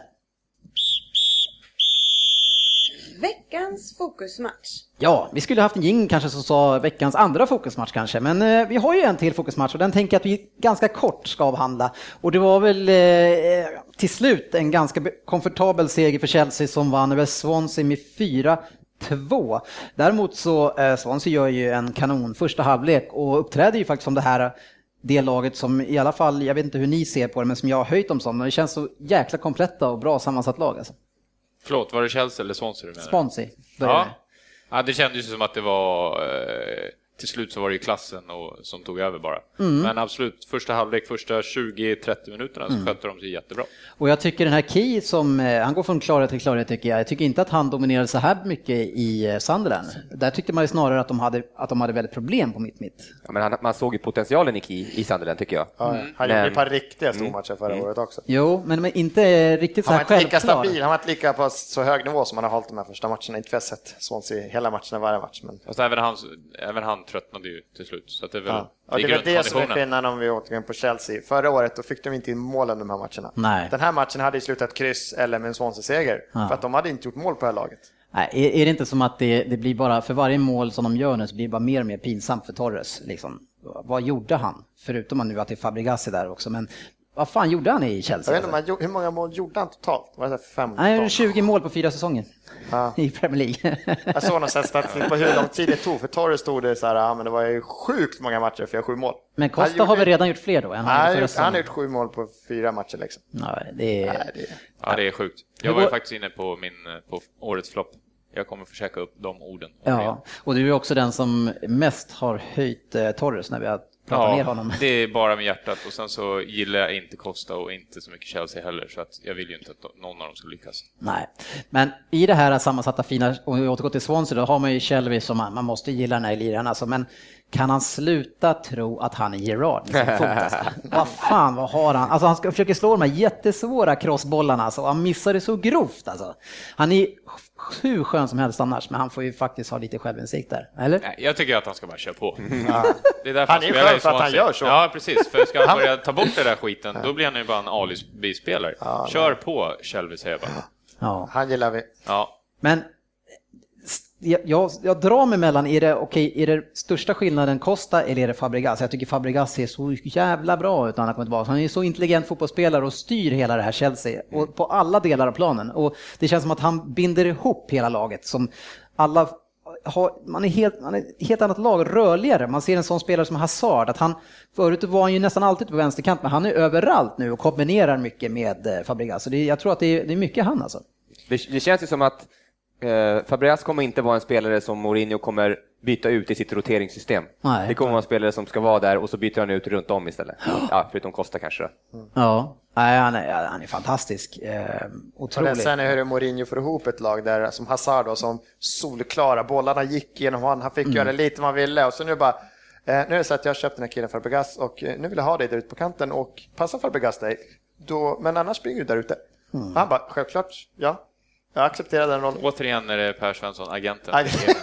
Veckans fokusmatch. Ja, vi skulle haft en jing kanske som sa veckans andra fokusmatch kanske, men eh, vi har ju en till fokusmatch och den tänker jag att vi ganska kort ska avhandla. Och det var väl eh, till slut en ganska komfortabel seger för Chelsea som vann över Swansea med fyra två. Däremot så eh, Swansea gör ju en kanon första halvlek och uppträder ju faktiskt som det här det laget som i alla fall, jag vet inte hur ni ser på det, men som jag har höjt dem som. Det känns så jäkla kompletta och bra sammansatt lag alltså. Förlåt, var det Chelsea eller Swansea du menar? Swansea. Ja. Ja, det kändes ju som att det var eh, till slut så var det ju klassen och, som tog över bara. Mm. Men absolut, första halvlek, första tjugo till trettio minuterna så mm. skötte de sig jättebra. Och jag tycker den här Key som, eh, han går från klarhet till klarhet tycker jag. Jag tycker inte att han dominerade så här mycket i eh, Sunderland. Där tyckte man ju snarare att de hade, att de hade väldigt problem på mitt mitt. Ja, men han, man såg ju potentialen i Key i Sunderland tycker jag. Ja, mm. Han gjorde ett par riktiga stormatcher förra mm. året också. Jo, men, men inte riktigt så här självklar. Han var inte lika stabil, han var inte lika på så hög nivå som han har hållit de här första matcherna. Inte för sett Swansea hela matcherna varje match. Men... Alltså, även, han, även han tröttnade ju till slut. Så att det är väl, ja. Och det är väl det som är skillnaden om vi återgår på Chelsea. Förra året då fick de inte in målen de här matcherna. Nej. Den här matchen hade ju slutat kryss eller med en Swansea-seger. Ja. För att de hade inte gjort mål på det här laget. Nej, är, är det inte som att det, det blir bara, för varje mål som de gör nu så blir det bara mer och mer pinsamt för Torres. Liksom. Vad gjorde han? Förutom att nu att det är Fabregas där också. Men vad fan gjorde han i Chelsea? Jag vet inte, alltså? Hur många mål gjorde han totalt? Var det femton? Nej, tjugo mål på fyra säsonger ja. I Premier League. Jag såg någon statistik på hur lång tid det tog. För Torres stod det så här, ja, men det var ju sjukt många matcher för sju mål. Men Costa gjorde... har väl redan gjort fler då? Än han, gjort, han har gjort sju mål på fyra matcher liksom. Nej, det är... Nej, det är... Ja, det är sjukt. Jag var ju faktiskt inne på, min, på årets flopp. Jag kommer försöka upp de orden. Ja, och du är också den som mest har höjt eh, Torres när vi har pratat ja, ner honom. Det är bara med hjärtat. Och sen så gillar jag inte Costa och inte så mycket Chelsea heller. Så att jag vill ju inte att någon av dem ska lyckas. Nej, men i det här sammansatta fina, och vi återgår till Swansea, då har man ju Shelby som man, man måste gilla den här liraren. Alltså, men kan han sluta tro att han är Gerrard med sin fot? Alltså? Vad fan, vad har han? Alltså han ska försöka slå de här jättesvåra crossbollarna. Alltså, han missar det så grovt. Alltså. Han är hur skön som helst annars, men han får ju faktiskt ha lite självinsikt där, eller? Nej, jag tycker att han ska bara köra på. Ja. Det är därför han är skön för att han gör så. Ja, precis. För ska han börja ta bort det där skiten, då blir han ju bara en A-B-spelare. Ja, kör på, Shelby säger jag bara. Ja. Han gillar vi. Ja. Men jag, jag, jag drar mig mellan, är det, okay, är det största skillnaden Costa eller är det Fabregas? Jag tycker Fabregas ser så jävla bra ut när han kommer tillbaka. Han är så intelligent fotbollsspelare och styr hela det här Chelsea och på alla delar av planen. Och det känns som att han binder ihop hela laget som alla har, man är helt, man är helt annat lag, rörligare. Man ser en sån spelare som Hazard, att han, förut var han ju nästan alltid på vänsterkant, men han är överallt nu och kombinerar mycket med Fabregas. Så det, jag tror att det är, det är mycket han alltså. Det, det känns ju som att eh, Fabregas kommer inte vara en spelare som Mourinho kommer byta ut i sitt roteringssystem. Nej, det kommer vara en spelare som ska vara där och så byter han ut runt om istället. Ja, förutom Costa kanske. Mm. Ja, Nej, han, är, han är fantastisk. Eh, otroligt. Sen är hur Mourinho får ihop ett lag där som Hazard då, som solklara bollarna gick genom honom. Han fick mm. göra lite vad han ville och så nu bara eh, nu är det så att jag har köpt den här killen Fabregas och eh, nu vill jag ha dig där ute på kanten och passa Fabregas dig. Då, men annars springer du där ute. Mm. Han bara, självklart, ja. Jag accepterar den rollen. Återigen är det Per Svensson, agenten.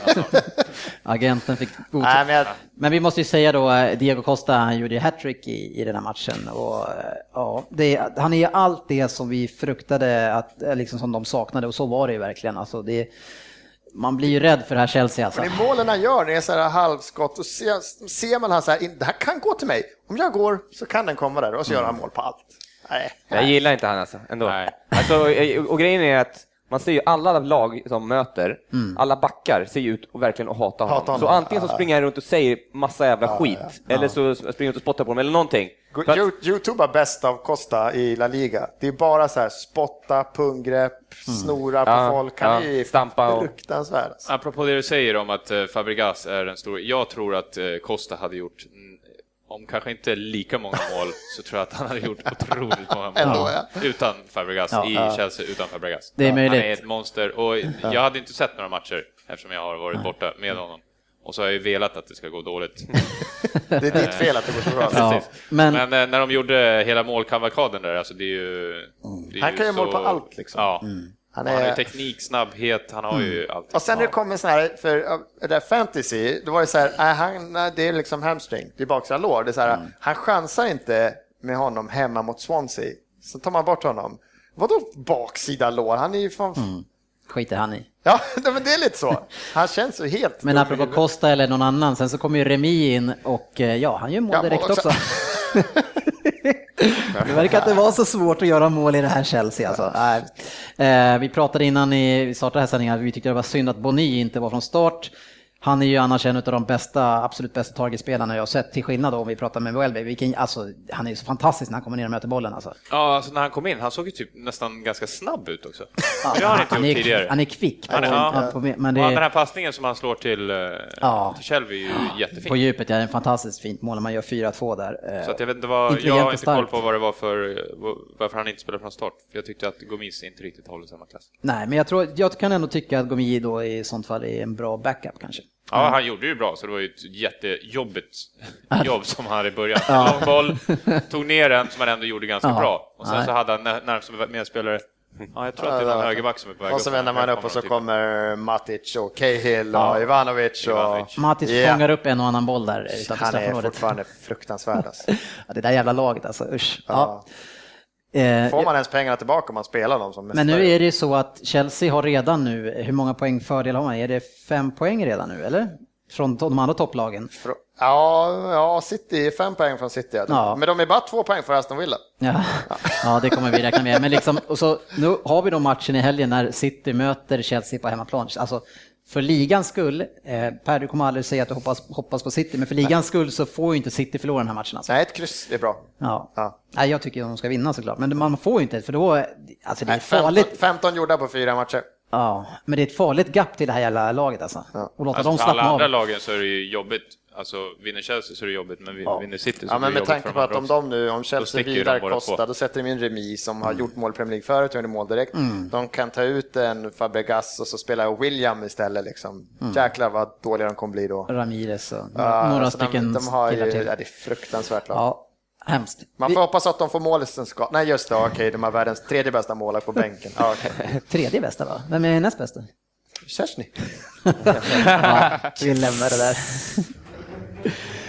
Agenten fick godkänt. Men, jag... men vi måste ju säga då, Diego Costa, han gjorde ju hattrick i, i den här matchen. Och, ja, det, han är allt det som vi fruktade, att, liksom, som de saknade, och så var det ju verkligen. Alltså, det, man blir ju rädd för det här Chelsea. Alltså. Men i målen han gör, det är så här halvskott, och ser, ser man han så här, det här kan gå till mig. Om jag går så kan den komma där, och så mm. gör han mål på allt. Nej. Jag gillar inte han alltså, ändå. Nej. Alltså, och grejen är att man ser ju alla lag som möter, mm. alla backar ser ju ut och verkligen att hata honom. Hata honom. Så antingen så springer han runt och säger massa jävla ja, skit, ja. eller så springer han ut och spottar på honom eller någonting. Att... YouTube är bäst av Costa i La Liga. Det är bara så här spotta, punggrepp, mm. snora på ja, folk. Han ja, är stampa och... fruktansvärd. Alltså. Apropå det du säger om att uh, Fabregas är en stor... Jag tror att uh, Costa hade gjort... om kanske inte lika många mål så tror jag att han hade gjort otroligt många mål Ändå, ja. utan Fabregas ja, i ja. Chelsea utan Fabregas. Det är möjligt. Han är ett monster och jag hade inte sett några matcher eftersom jag har varit borta med honom. Och så har jag ju velat att det ska gå dåligt. Det är ditt fel att det går så bra. Ja, men... men när de gjorde hela målkavalkaden där, alltså det är ju... Det är han kan ju så... mål på allt liksom. Ja. Mm. Han, är... han har ju teknik, snabbhet, han har mm. ju allt. Och sen när det kommer så här, för det där fantasy, då var det så här, äh, han, det är liksom hamstring, det är baksida lår. Det är så här, mm. han chansar inte med honom hemma mot Swansea. Så tar man bort honom. Vadå baksida lår? Han är ju fan... Mm. Skiter han i. Ja, men det är lite så. Han känns ju helt... Men apropå Costa eller någon annan, sen så kommer ju Remi in och ja, han gör mål ja, direkt också. också. Det verkar inte vara så svårt att göra mål i det här Chelsea alltså. Nej. Vi pratade innan vi startade här sändningen, vi tyckte det var synd att Boni inte var från start. Han är ju annars en av de bästa, absolut bästa targetspelarna jag har sett, till skillnad då om vi pratar med Welby. Vilken, alltså, han är ju så fantastisk när han kommer ner och möter bollen alltså. Ja, alltså när han kom in, han såg ju typ nästan ganska snabb ut också. Ja, det har han inte han gjort är, tidigare. Han är kvick. På, han är, ja. på, men det, och den här passningen som han slår till, ja. till Shelby är ju jättefint. På djupet, ja, det är en fantastiskt fint mål när man gör fyra två där. Så att jag vet inte vad, inte jag har inte koll på vad det var för, varför han inte spelade från start. För jag tyckte att Gomis inte riktigt håller samma klass. Nej, men jag tror, jag kan ändå tycka att Gomis då i sånt fall är en bra backup kanske. Ja, han gjorde ju bra, så det var ju ett jättejobbigt jobb som han hade i början. Ja. Lång boll, tog ner den som han ändå gjorde ganska ja. bra. Och sen Nej. så hade han närmast medspelare, ja, jag tror att det är en högerback som är på väg. Och så vänder man upp och så kommer Matic och Cahill och ja. Ivanovic. Och... Ivanovic. Matic yeah. fångar upp en och annan boll där. Han är fortfarande fruktansvärd. Alltså. Ja, det där jävla laget alltså, usch. Ja. Ja. Får man ens pengarna tillbaka om man spelar dem som Men nu är det så att Chelsea har redan nu, hur många poäng fördel har man? Är det fem poäng redan nu, eller? Från de andra topplagen? Ja, ja City är fem poäng från City. Ja. Men de är bara två poäng för Aston Villa. Ja, ja det kommer vi räkna med. Men liksom, och så, nu har vi då matchen i helgen när City möter Chelsea på hemmaplan. Alltså, för ligans skull, eh, Per, du kommer aldrig säga att du hoppas, hoppas på City, men för ligans skull så får ju inte City förlora den här matchen. Alltså. Nej, ett kryss är bra. Ja. Ja. Nej, jag tycker att de ska vinna såklart, men man får ju inte, för då, alltså det är Nej, farligt. femton, femton gjorda på fyra matcher. Ja, men det är ett farligt gap till det här jävla laget alltså. Ja. Och låta alltså dem slappna alla andra av. lagen så är det ju jobbigt. Alltså vinner Chelsea så är det jobbigt, men ja. vinner City så ja, är det men med jobbigt. Tanke på att om de nu, om Chelsea vidare Costa, då sätter de in Remi som mm. har gjort mål i Premier League förut och gjorde mål direkt. Mm. De kan ta ut en Fabregas och så spelar William istället liksom. Mm. Jäklar vad dåliga de kommer bli då. Ramirez och ja, några alltså stycken de, de har ju, ja, det är fruktansvärt lag. Ja. Hemskt. Man får Vi... hoppas att de får målsättningsskap. Nej just det, okej, okay, de har världens tredje bästa målare på bänken. Ja, okay. Tredje bästa va? Vem är näst bästa? Szczesny. Ja, vi lämnar det där.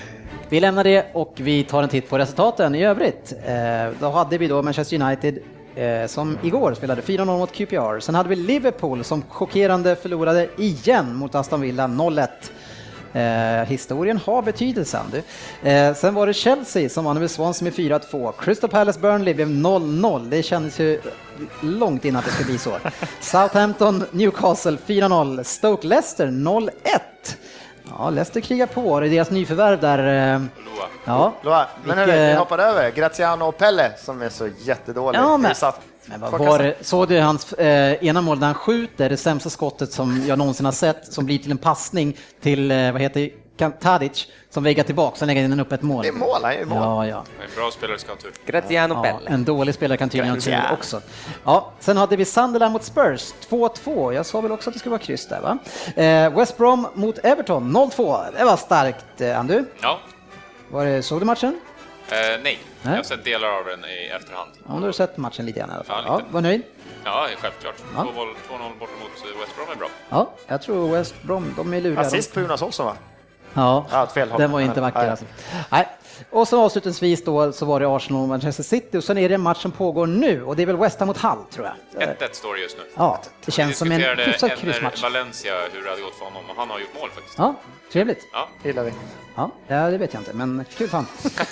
Vi lämnar det och vi tar en titt på resultaten i övrigt. Eh, då hade vi då Manchester United eh, som igår spelade fyra noll mot Q P R. Sen hade vi Liverpool som chockerande förlorade igen mot Aston Villa noll ett. Eh, historien har betydelse. Eh, sen var det Chelsea som vann över Swansea med fyra två. Crystal Palace Burnley blev noll noll. Det kändes ju långt innan det skulle bli så. Southampton Newcastle fyra noll. Stoke Leicester noll ett. Ja, Leicester krigar på. Det är deras nyförvärv där. Eh, ja. Loa. Men hörru, vi hoppade över. Graziano och Pelle som är så jättedålig. Ja, men, men vad var det? Såg du hans eh, ena mål där han skjuter det sämsta skottet som jag någonsin har sett, som blir till en passning till, eh, vad heter Tadic, som väggar tillbaka, sen lägger den upp ett mål. Det är mål, han är mål. Ja, ja. En bra spelare ska ha tur. Graziano Ja, Pelle. en dålig spelare kan tydligen ha tur också. Ja, sen hade vi Sunderland mot Spurs två två. Jag sa väl också att det skulle vara kryss där, va? Eh, West Brom mot Everton noll två. Det var starkt, eh, Andu. Ja. Var det, såg du matchen? Eh, nej. jag har sett delar av den i efterhand. Ja, du har sett matchen lite grann i alla fall. Ja, ja, var nöjd? Ja, självklart. Ja. två noll bort mot West Brom är bra. Ja, jag tror West Brom, de är luriga. Assist på Jonas Olsson, va? Ja, ja fel den var inte vacker. Nej. Alltså. Nej. Och så avslutningsvis då så var det Arsenal och Manchester City, och sen är det en match som pågår nu, och det är väl West Ham mot Hull, tror jag. ett ett står det just nu. Ja, det känns som en hyfsad kryssmatch. Valencia, hur det hade gått för honom, och han har gjort mål faktiskt. Ja, trevligt. Ja. Gillar vi. Ja, det vet jag inte, men kul fan.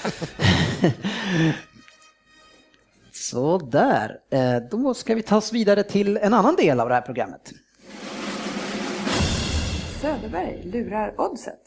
Så där, då ska vi ta oss vidare till en annan del av det här programmet. Söderberg lurar oddset.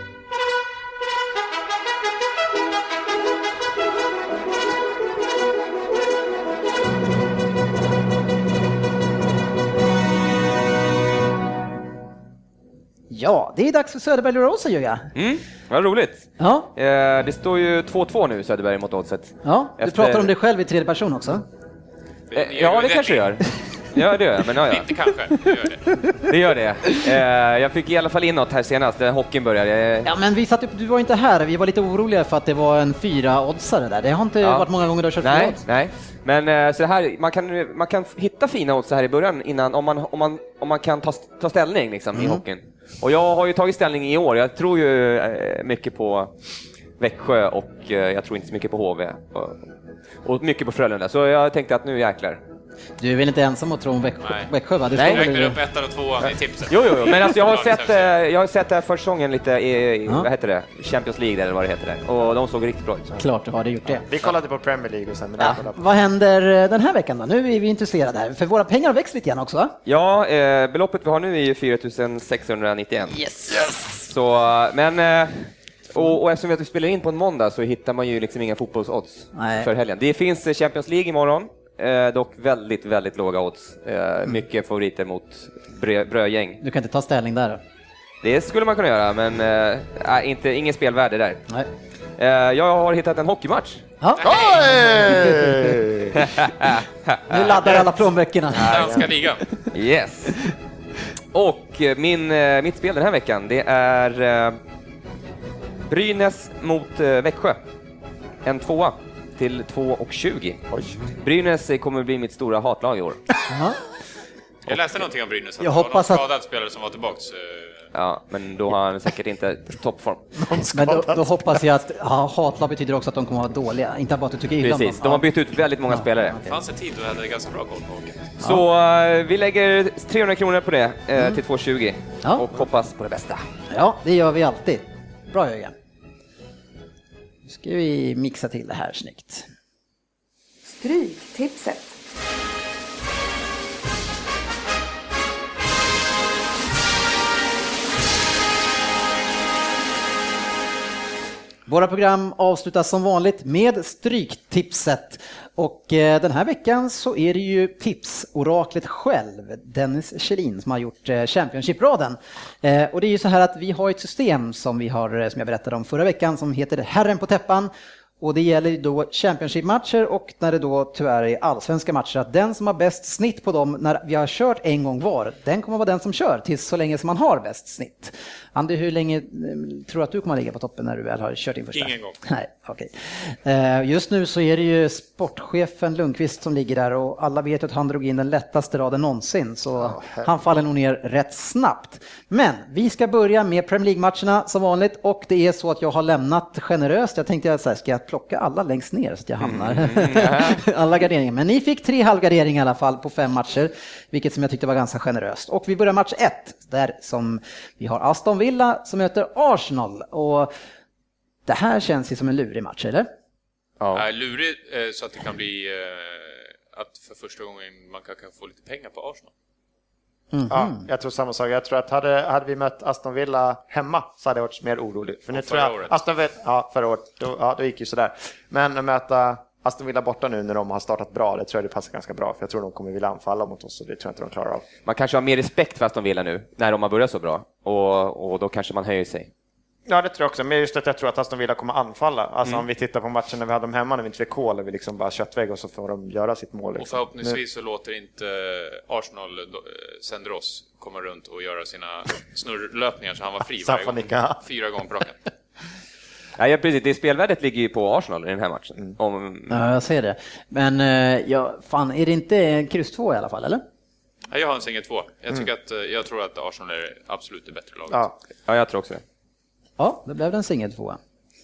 Ja, det är dags för Söderberg lurar oddset, Jörga. Mm, vad roligt. Ja. Eh, det står ju två två nu, Söderberg mot oddset. Ja, du Efter... pratar om dig själv i tredje person också. Eh, ja, det kanske gör. Ja, det gör jag, men ja, ja. Inte kanske, det gör det. Det gör det. Eh, jag fick i alla fall in något här senast, när hockeyn började. Ja, men vi satt upp, du var inte här, vi var lite oroliga för att det var en fyra oddsare där. Det har inte ja. varit många gånger du har kört nej, fyra odds. Nej, men eh, så här, man kan, man kan hitta fina odds här i början innan, om man, om man, om man kan ta, ta ställning liksom, mm. i hockeyn. Och jag har ju tagit ställning i år, jag tror ju eh, mycket på Växjö och eh, jag tror inte så mycket på H V. Och, och mycket på Frölunda, så jag tänkte att nu jäklar. Du är väl inte ensam att tro om Växjö, Växjö va? Du Nej, jag räknar upp ettan och tvåan i tipset. Jo, jo, men alltså jag har sett, jag har sett det här för säsongen lite i, ja. vad heter det? Champions League eller vad det heter det. Och de såg riktigt bra ut. Klart du har det gjort det. Vi kollade på Premier League och sen men ja. Vad händer den här veckan då? Nu är vi intresserade här, för våra pengar har växt lite grann också va? Ja, eh, beloppet vi har nu är fyra tusen sexhundranittioen. Yes! yes. Så, men... Eh, Och, och eftersom vi spelar in på en måndag så hittar man ju liksom inga fotbollsodds Nej. för helgen. Det finns Champions League imorgon, eh, dock väldigt, väldigt låga odds. Eh, mm. Mycket favoriter mot brö, brödgäng. Du kan inte ta ställning där då? Det skulle man kunna göra, men eh, inte, ingen spelvärde där. Nej. Eh, jag har hittat en hockeymatch. Ja. Nu laddar alla plånböckerna. Danska ligan. Yes. Och min, mitt spel den här veckan, det är... Eh, Brynäs mot eh, Växjö. En tvåa till två tjugo. Oj. Brynäs kommer att bli mitt stora hatlag i år. Uh-huh. Jag läste någonting om Brynäs. Att jag det var hoppas någon skadad att... spelare som var tillbaks. Ja, men då har han säkert inte toppform. Men då, då hoppas jag att ja, hatlag betyder också att de kommer att vara dåliga. Inte bara att du tycker illa om dem. Precis, de har bytt ut väldigt många ja. spelare. Det fanns en tid då hade ganska bra koll på hockey. Så ja. vi lägger trehundra kronor på det eh, mm. till två tjugo. Ja. Och hoppas på det bästa. Ja, det gör vi alltid. Bra Jörgen. Nu ska vi mixa till det här snyggt. Stryktipset. Våra program avslutas som vanligt med Stryktipset. Och eh, den här veckan så är det ju tipsoraklet själv, Dennis Kjellin, som har gjort eh, Championship-raden. Eh, och det är ju så här att vi har ett system som vi har, som jag berättade om förra veckan, som heter Herren på täppan. Och det gäller då Championship-matcher och när det då tyvärr är allsvenska matcher, att den som har bäst snitt på dem när vi har kört en gång var, den kommer vara den som kör tills så länge som man har bäst snitt. Andy, hur länge tror du att du kommer att ligga på toppen när du väl har kört in första? Ingen gång. Nej, Okej. Just nu så är det ju sportchefen Lundqvist som ligger där och alla vet att han drog in den lättaste raden någonsin så oh, han faller nog ner rätt snabbt. Men vi ska börja med Premier League-matcherna som vanligt och det är så att jag har lämnat generöst. Jag tänkte att så här, ska jag plocka alla längst ner så att jag hamnar mm, alla garderingar. Men ni fick tre halvgarderingar i alla fall på fem matcher, vilket som jag tyckte var ganska generöst. Och vi börjar match ett där som vi har Aston Villa som möter Arsenal och det här känns ju som en lurig match, eller? Ja, lurig så att det kan bli att för första gången man kan få lite pengar på Arsenal. Mm-hmm. Ja, jag tror samma sak. Jag tror att hade, hade vi mött Aston Villa hemma så hade jag varit mer orolig. För nu tror jag, året. Aston Villa, ja, förra året, då, ja, då gick ju sådär. Men att möta Aston Villa borta nu när de har startat bra, det tror jag det passar ganska bra. För jag tror de kommer vilja anfalla mot oss och det tror jag inte de klarar av. Man kanske har mer respekt för Aston Villa nu när de har börjat så bra. Och, och då kanske man höjer sig. Ja, det tror jag också. Men just att jag tror att Aston Villa kommer anfalla. Alltså mm. om vi tittar på matchen när vi hade dem hemma, när vi inte fick koll, och vi liksom bara köttvägg och så får de göra sitt mål. Liksom. Och förhoppningsvis så låter inte Arsenal sänder oss komma runt och göra sina snurrlöpningar så han var fri varje gång. Fyra gånger på raken. Ja, precis. Det spelvärdet ligger ju på Arsenal i den här matchen. Mm. Om... Ja, jag ser det. Men ja, fan, är det inte en kryss två i alla fall, eller? Ja, jag har en singel två. Jag, tycker mm. att, jag tror att Arsenal är absolut det bättre laget. Ja, ja jag tror också det. Ja, det blev en singel tvåa.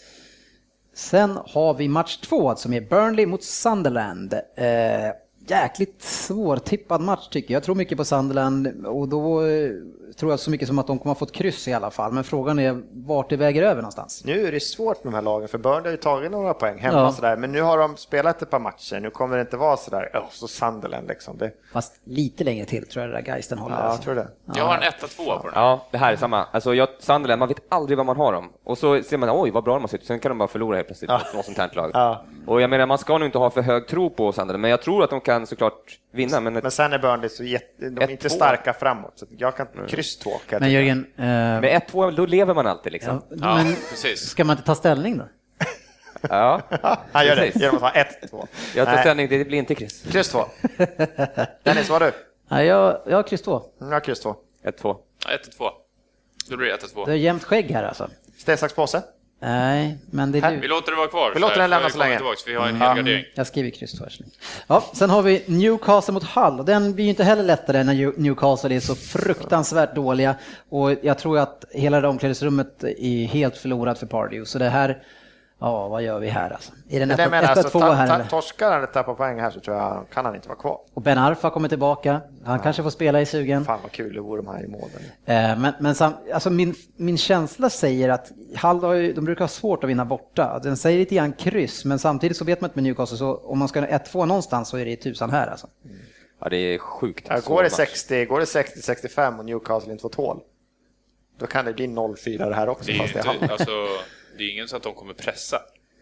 Sen har vi match två som är Burnley mot Sunderland. Eh, jäkligt svårtippad match tycker jag. Jag tror mycket på Sunderland och då eh, tror jag så mycket som att de kommer att få ett kryss i alla fall. Men frågan är vart det väger över någonstans. Nu är det svårt med de här lagen för Burnley har ju tagit några poäng hemma ja. sådär. Men nu har de spelat ett par matcher. Nu kommer det inte vara sådär, oh, så Sunderland liksom. Det... Fast lite längre till tror jag det där Geisten håller. Ja, alltså. jag tror det. Ja. Jag har en etta två på den. Ja, det här är samma. Alltså jag, Sunderland, man vet aldrig vad man har dem. Och så ser man, oj vad bra de har sett. Sen kan de bara förlora helt plötsligt. Ja. Något sånt här lag. Ja. Och jag menar, man ska nog inte ha för hög tro på Sunderland. Men jag tror att de kan såklart vinna. Men, ett... men sen är Burnley så jätte... de är inte två. Starka framåt. Så jag kan mm. kryss två. Kan men Jörgen... Eh... Med ett två, då lever man alltid liksom. Ja, ja, men precis. Ska man inte ta ställning då? Ja, han gör det genom att ha ett två. Jag tar ställning, det blir inte kryss. Kryss två. Dennis, vad har du? Ja, jag, jag har kryss två. Jag har kryss två. ett två. Ja, ett två. Då blir det ett två. Det är jämnt skägg här alltså. Sten, sax, påse? Nej, men det är du. Vi låter det vara kvar. Vi låter den lämna så länge. Tillbaks, vi har en hel gardering. Jag skriver kryss två. Ja, sen har vi Newcastle mot Hull. Och den blir ju inte heller lättare när Newcastle är så fruktansvärt dåliga. Och jag tror att hela det omklädningsrummet är helt förlorat för Pardew. Så det här... Ja, vad gör vi här alltså? Är det ett alltså, två här ta, ta, torskar han ett på poäng här så tror jag kan han inte vara kvar. Och Ben Arfa kommer tillbaka. Han ja. kanske får spela i sugen. Fan vad kul det vore de här i målen. Eh, men men sam, alltså min, min känsla säger att Hull har ju, de brukar ha svårt att vinna borta. Den säger lite grann kryss, men samtidigt så vet man inte med Newcastle så om man ska ha ett två någonstans så är det tusan här alltså. Mm. Ja, det är sjukt. Ja, går det sextio, går det sextio sextiofem och Newcastle inte får tål. Då kan det bli noll fyra det här också. Det är, fast det är alltså, det är ingen så att de kommer pressa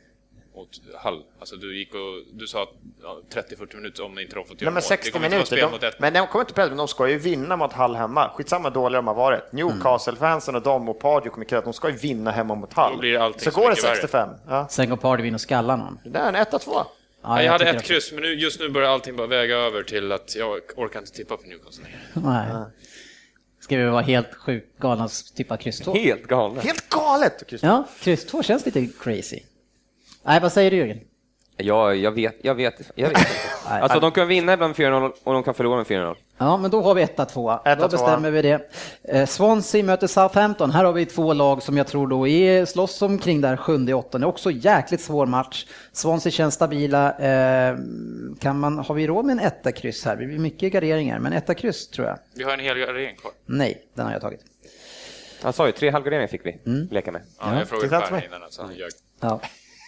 mot Hull. Alltså du gick och du sa att ja, trettio till fyrtio minuter om de inte har fått göra mål. sextio minuter. De, men de kommer inte pressa, men de ska ju vinna mot Hull hemma. Skitsamma dåliga de har varit. Newcastle-fansen och de och Pardew kommer kräva att de ska ju vinna hemma mot Hull. Så, så går det sextiofem. Ja. Sen går Pardew in och skallar någon. Det är en ett två. Ja, jag, jag hade ett kryss, men nu, just nu börjar allting bara väga över till att jag orkar inte tippa på Newcastle. Nej. Ja. Ska vi vara helt sjukt galna att tippa kryss två? Helt galet. Helt galet! Kryss ja, kryss två känns lite crazy. Nej, vad säger du Jörgen? Ja, jag vet, jag vet, jag vet inte. Alltså de kan vinna ibland fyra noll och de kan förlora med fyra noll. Ja, men då har vi ett två. Då bestämmer vi det. Eh, Swansea möter Southampton. Här har vi två lag som jag tror då är slåss omkring där sjunde och åttonde. Också jäkligt svår match. Swansea känns stabila. Eh, kan man, har vi råd med en etta kryss här? Det blir mycket garderingar, men etta kryss tror jag. Vi har en hel gardering kvar. Nej, den har jag tagit. Han sa ju tre halvgarderingar fick vi mm. leka med. Ja, jag frågade Per innan alltså. Ja.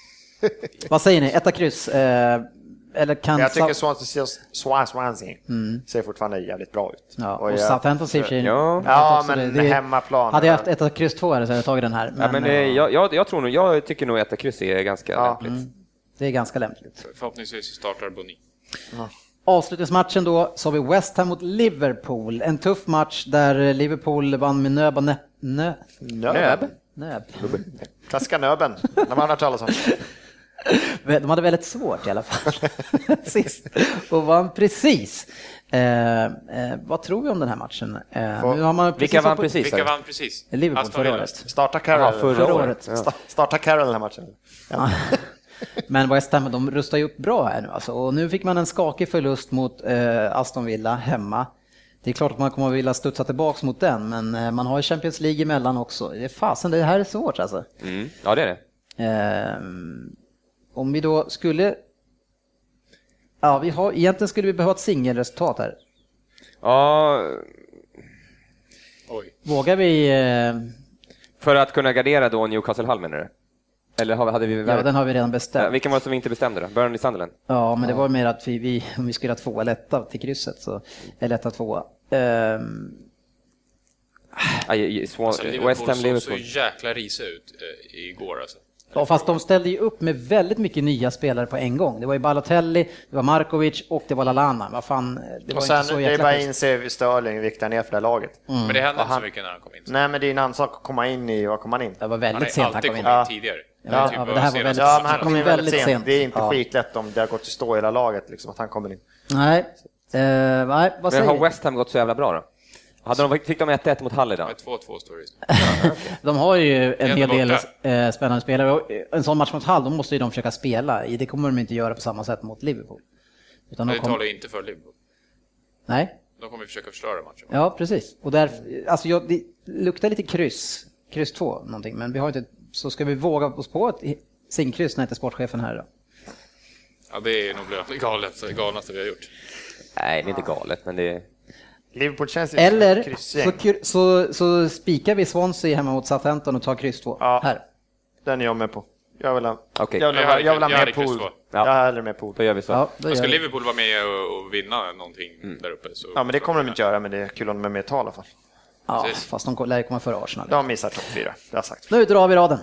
Vad säger ni? Etta kryss? Eh, eller kan jag tycker Swansea ser, Swansea mm. ser fortfarande jävligt bra ut. Ja, och, och Southampton ser sig. Ja, ja men det, hemmaplan. Hade jag haft etta kryss två här så hade jag tagit den här. Men, ja, men det, jag, jag, jag tror nog, jag tycker nog etta kryss är ganska ja. lämpligt. Mm. Det är ganska lämpligt. Förhoppningsvis startar Boni. Ja. Avslutningsmatchen då så har vi West Ham mot Liverpool. En tuff match där Liverpool vann med nöb och nö... Nö... Nöb? Nöb. Klassiska nöben, när man har talat om. De hade väldigt svårt i alla fall sist och vann precis. Eh, eh, vad tror vi om den här matchen? Eh, nu har man Vilka vann precis? Vilka vann precis? Liverpool förra året. Starta Carroll. Aha, förra, förra året. året. Ja. Starta Carroll den här matchen. Ja. Men vad jag stämmer, de rustar ju upp bra här nu alltså. Och nu fick man en skakig förlust mot eh, Aston Villa hemma. Det är klart att man kommer att vilja studsa tillbaks mot den, men eh, man har ju Champions League emellan också. Det är fasen, det här är svårt alltså. Mm. Ja, det är det. Eh, om vi då skulle... Ja, vi har, egentligen skulle vi behöva ett singelresultat här. Ja, Oj. Vågar vi... Eh, för att kunna gardera då Newcastle Hull, menar du? Eller hade vi... ja, den har vi redan bestämt. Ja, vilken var det som vi inte bestämde då? Burnley Sunderland? Ja, men det var mer att vi, vi, om vi skulle ha två eller etta till krysset, så eller etta tvåa. Um, Aj, Swan, Alltså, Liverpool West Ham såg Liverpool. så jäkla risa ut eh, igår alltså. ja, fast de ställde ju upp med väldigt mycket nya spelare på en gång. Det var ju Balotelli, det var Markovic och det var Lallana. Vad fan, det var Och sen inte så det är jäkla bara schysst. inse Sterling viktar ner för det här laget. Mm. Men det hände inte han- så mycket när han kom in. Nej, men det är en annan sak att komma in i, vad kommer han in? Det var Han väldigt har sent han alltid kom in. kommit in Ja. tidigare. Ja, Det är typ ja, men bara det här var senaste väldigt- Ja, men han matchen. kommer in väldigt sent. sent. Det är inte Ja. skitlätt om det har gått i stå i hela laget, liksom, att han kommer in. Nej, eh, nej vad Men säger har du? West Ham gått så jävla bra då? Hade de, fick de ett ett mot Hull idag? Med två två stories. De har ju en En hel del borta. eh, spännande spelare. Och en sån match mot Hull, då måste ju de försöka spela. Det kommer de inte göra på samma sätt mot Liverpool. Utan de Det kommer... talar inte för Liverpool. Nej, De kommer försöka förstöra matchen. ja precis. Och där, alltså jag, det luktar lite kryss. Kryss två någonting. Men vi har inte, så ska vi våga oss på ett singkryss när inte sportchefen här då. Ja, det är nog blivit galet, det galnaste vi har gjort. Nej, det är inte galet, men det är... Liverpool känns ju Eller kryssgäng. så, kry- så, så spikar vi Swansea hemma mot Southampton och tar kryss två. Ja. Här. Den är jag med på. Jag vill ha, Okej. jag vill Jag ha, hade- jag vill ha jag hade mer kryss pool. två. Jag har hellre mer pool. Då gör vi så. Ja, då Men ska gör vi. Liverpool vara med och, och vinna någonting där uppe så... Ja, men det kommer de inte göra, men det är kul om de är med i tal i alla fall. Ja, precis. fast de lär komma före Arsenal. De missar topp fyra, det har jag sagt. Nu drar vi raden.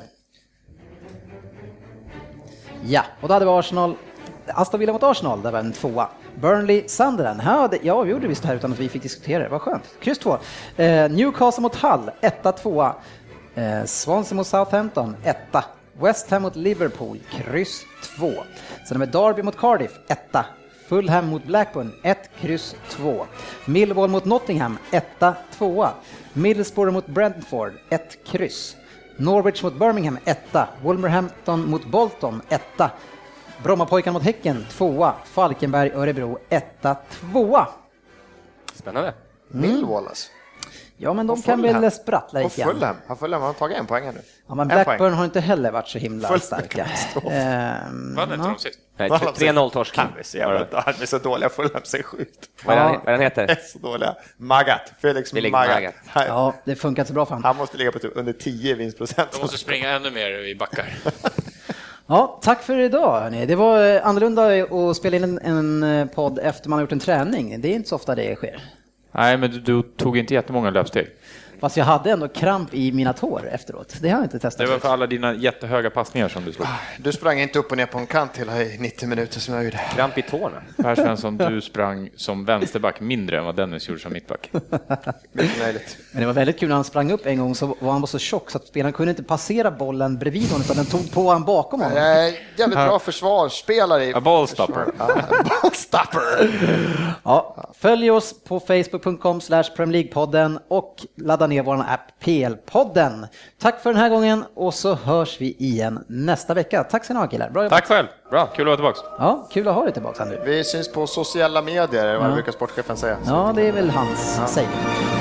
Ja, och då hade vi Arsenal. Aston Villa mot Arsenal, där var en tvåa. Burnley, Sunderland. Ja, det, ja, vi gjorde visst det här utan att vi fick diskutera det. Vad skönt. Kryss två. Eh, Newcastle mot Hull, etta, tvåa. Eh, Swansea mot Southampton, etta. West Ham mot Liverpool, kryss två. Sen har vi Derby mot Cardiff, etta. Fulham mot Blackburn, ett, kryss två. Millwall mot Nottingham, etta, tvåa. Middlesbrough mot Brentford, ett, kryss. Norwich mot Birmingham, etta. Wolverhampton mot Bolton, etta. Brommapojkarna mot Häcken, tvåa. Falkenberg, Örebro, etta, tvåa. Spännande. Millwall alltså. Ja, men de Och kan Fulham. väl sprattla Och lite grann. Fulham. Har Fulham har tagit en poäng här nu? Ja, men En Blackburn poäng. har inte heller varit så himla Fullt starka. katastrof. Ehm, Vann inte ja. de sist? Nej, tre noll torsk. Han är så jävla, han är så dåliga, Fulham så sjukt. Vad är den- Ja. vad är den Det är heter? så dåliga. Magat, Felix Felix Magat. Magath. Han, Ja, det funkar inte så bra för han. han måste ligga på typ under tio vinstprocent. De måste springa ännu mer i backar. Ja, tack för idag hörni. Det var eh, annorlunda att spela in en, en eh, podd efter man har gjort en träning. Det är inte så ofta det sker. Nej, men du, du tog inte jättemånga löpsteg. Fast jag hade ändå kramp i mina tår efteråt. Det har jag inte testat. Det var förut. för alla dina jättehöga passningar som du slog. Du sprang inte upp och ner på en kant hela i nittio minuter som jag gjorde. Kramp i tårna. Per Svensson, du sprang som vänsterback mindre än vad Dennis gjorde som mittback. Mycket möjligt. Men det var väldigt kul när han sprang upp en gång så var han så tjock så att spelaren kunde inte passera bollen bredvid honom utan den tog på honom bakom honom. Eh, jävligt bra försvarsspelare. I A ballstopper. Ja, ballstopper. Ja, följ oss på facebook punkt com slash Premier League-podden och ladda ner vår app P L-podden. Tack för den här gången och så hörs vi igen nästa vecka. Tack ska ni ha killar. Bra jobbat. Tack själv. Bra, kul att vara tillbaka. Ja, kul att ha dig tillbaka Andrew. Vi syns på sociala medier, vad brukar sportchefen säga. Ja, det är väl hans sägning.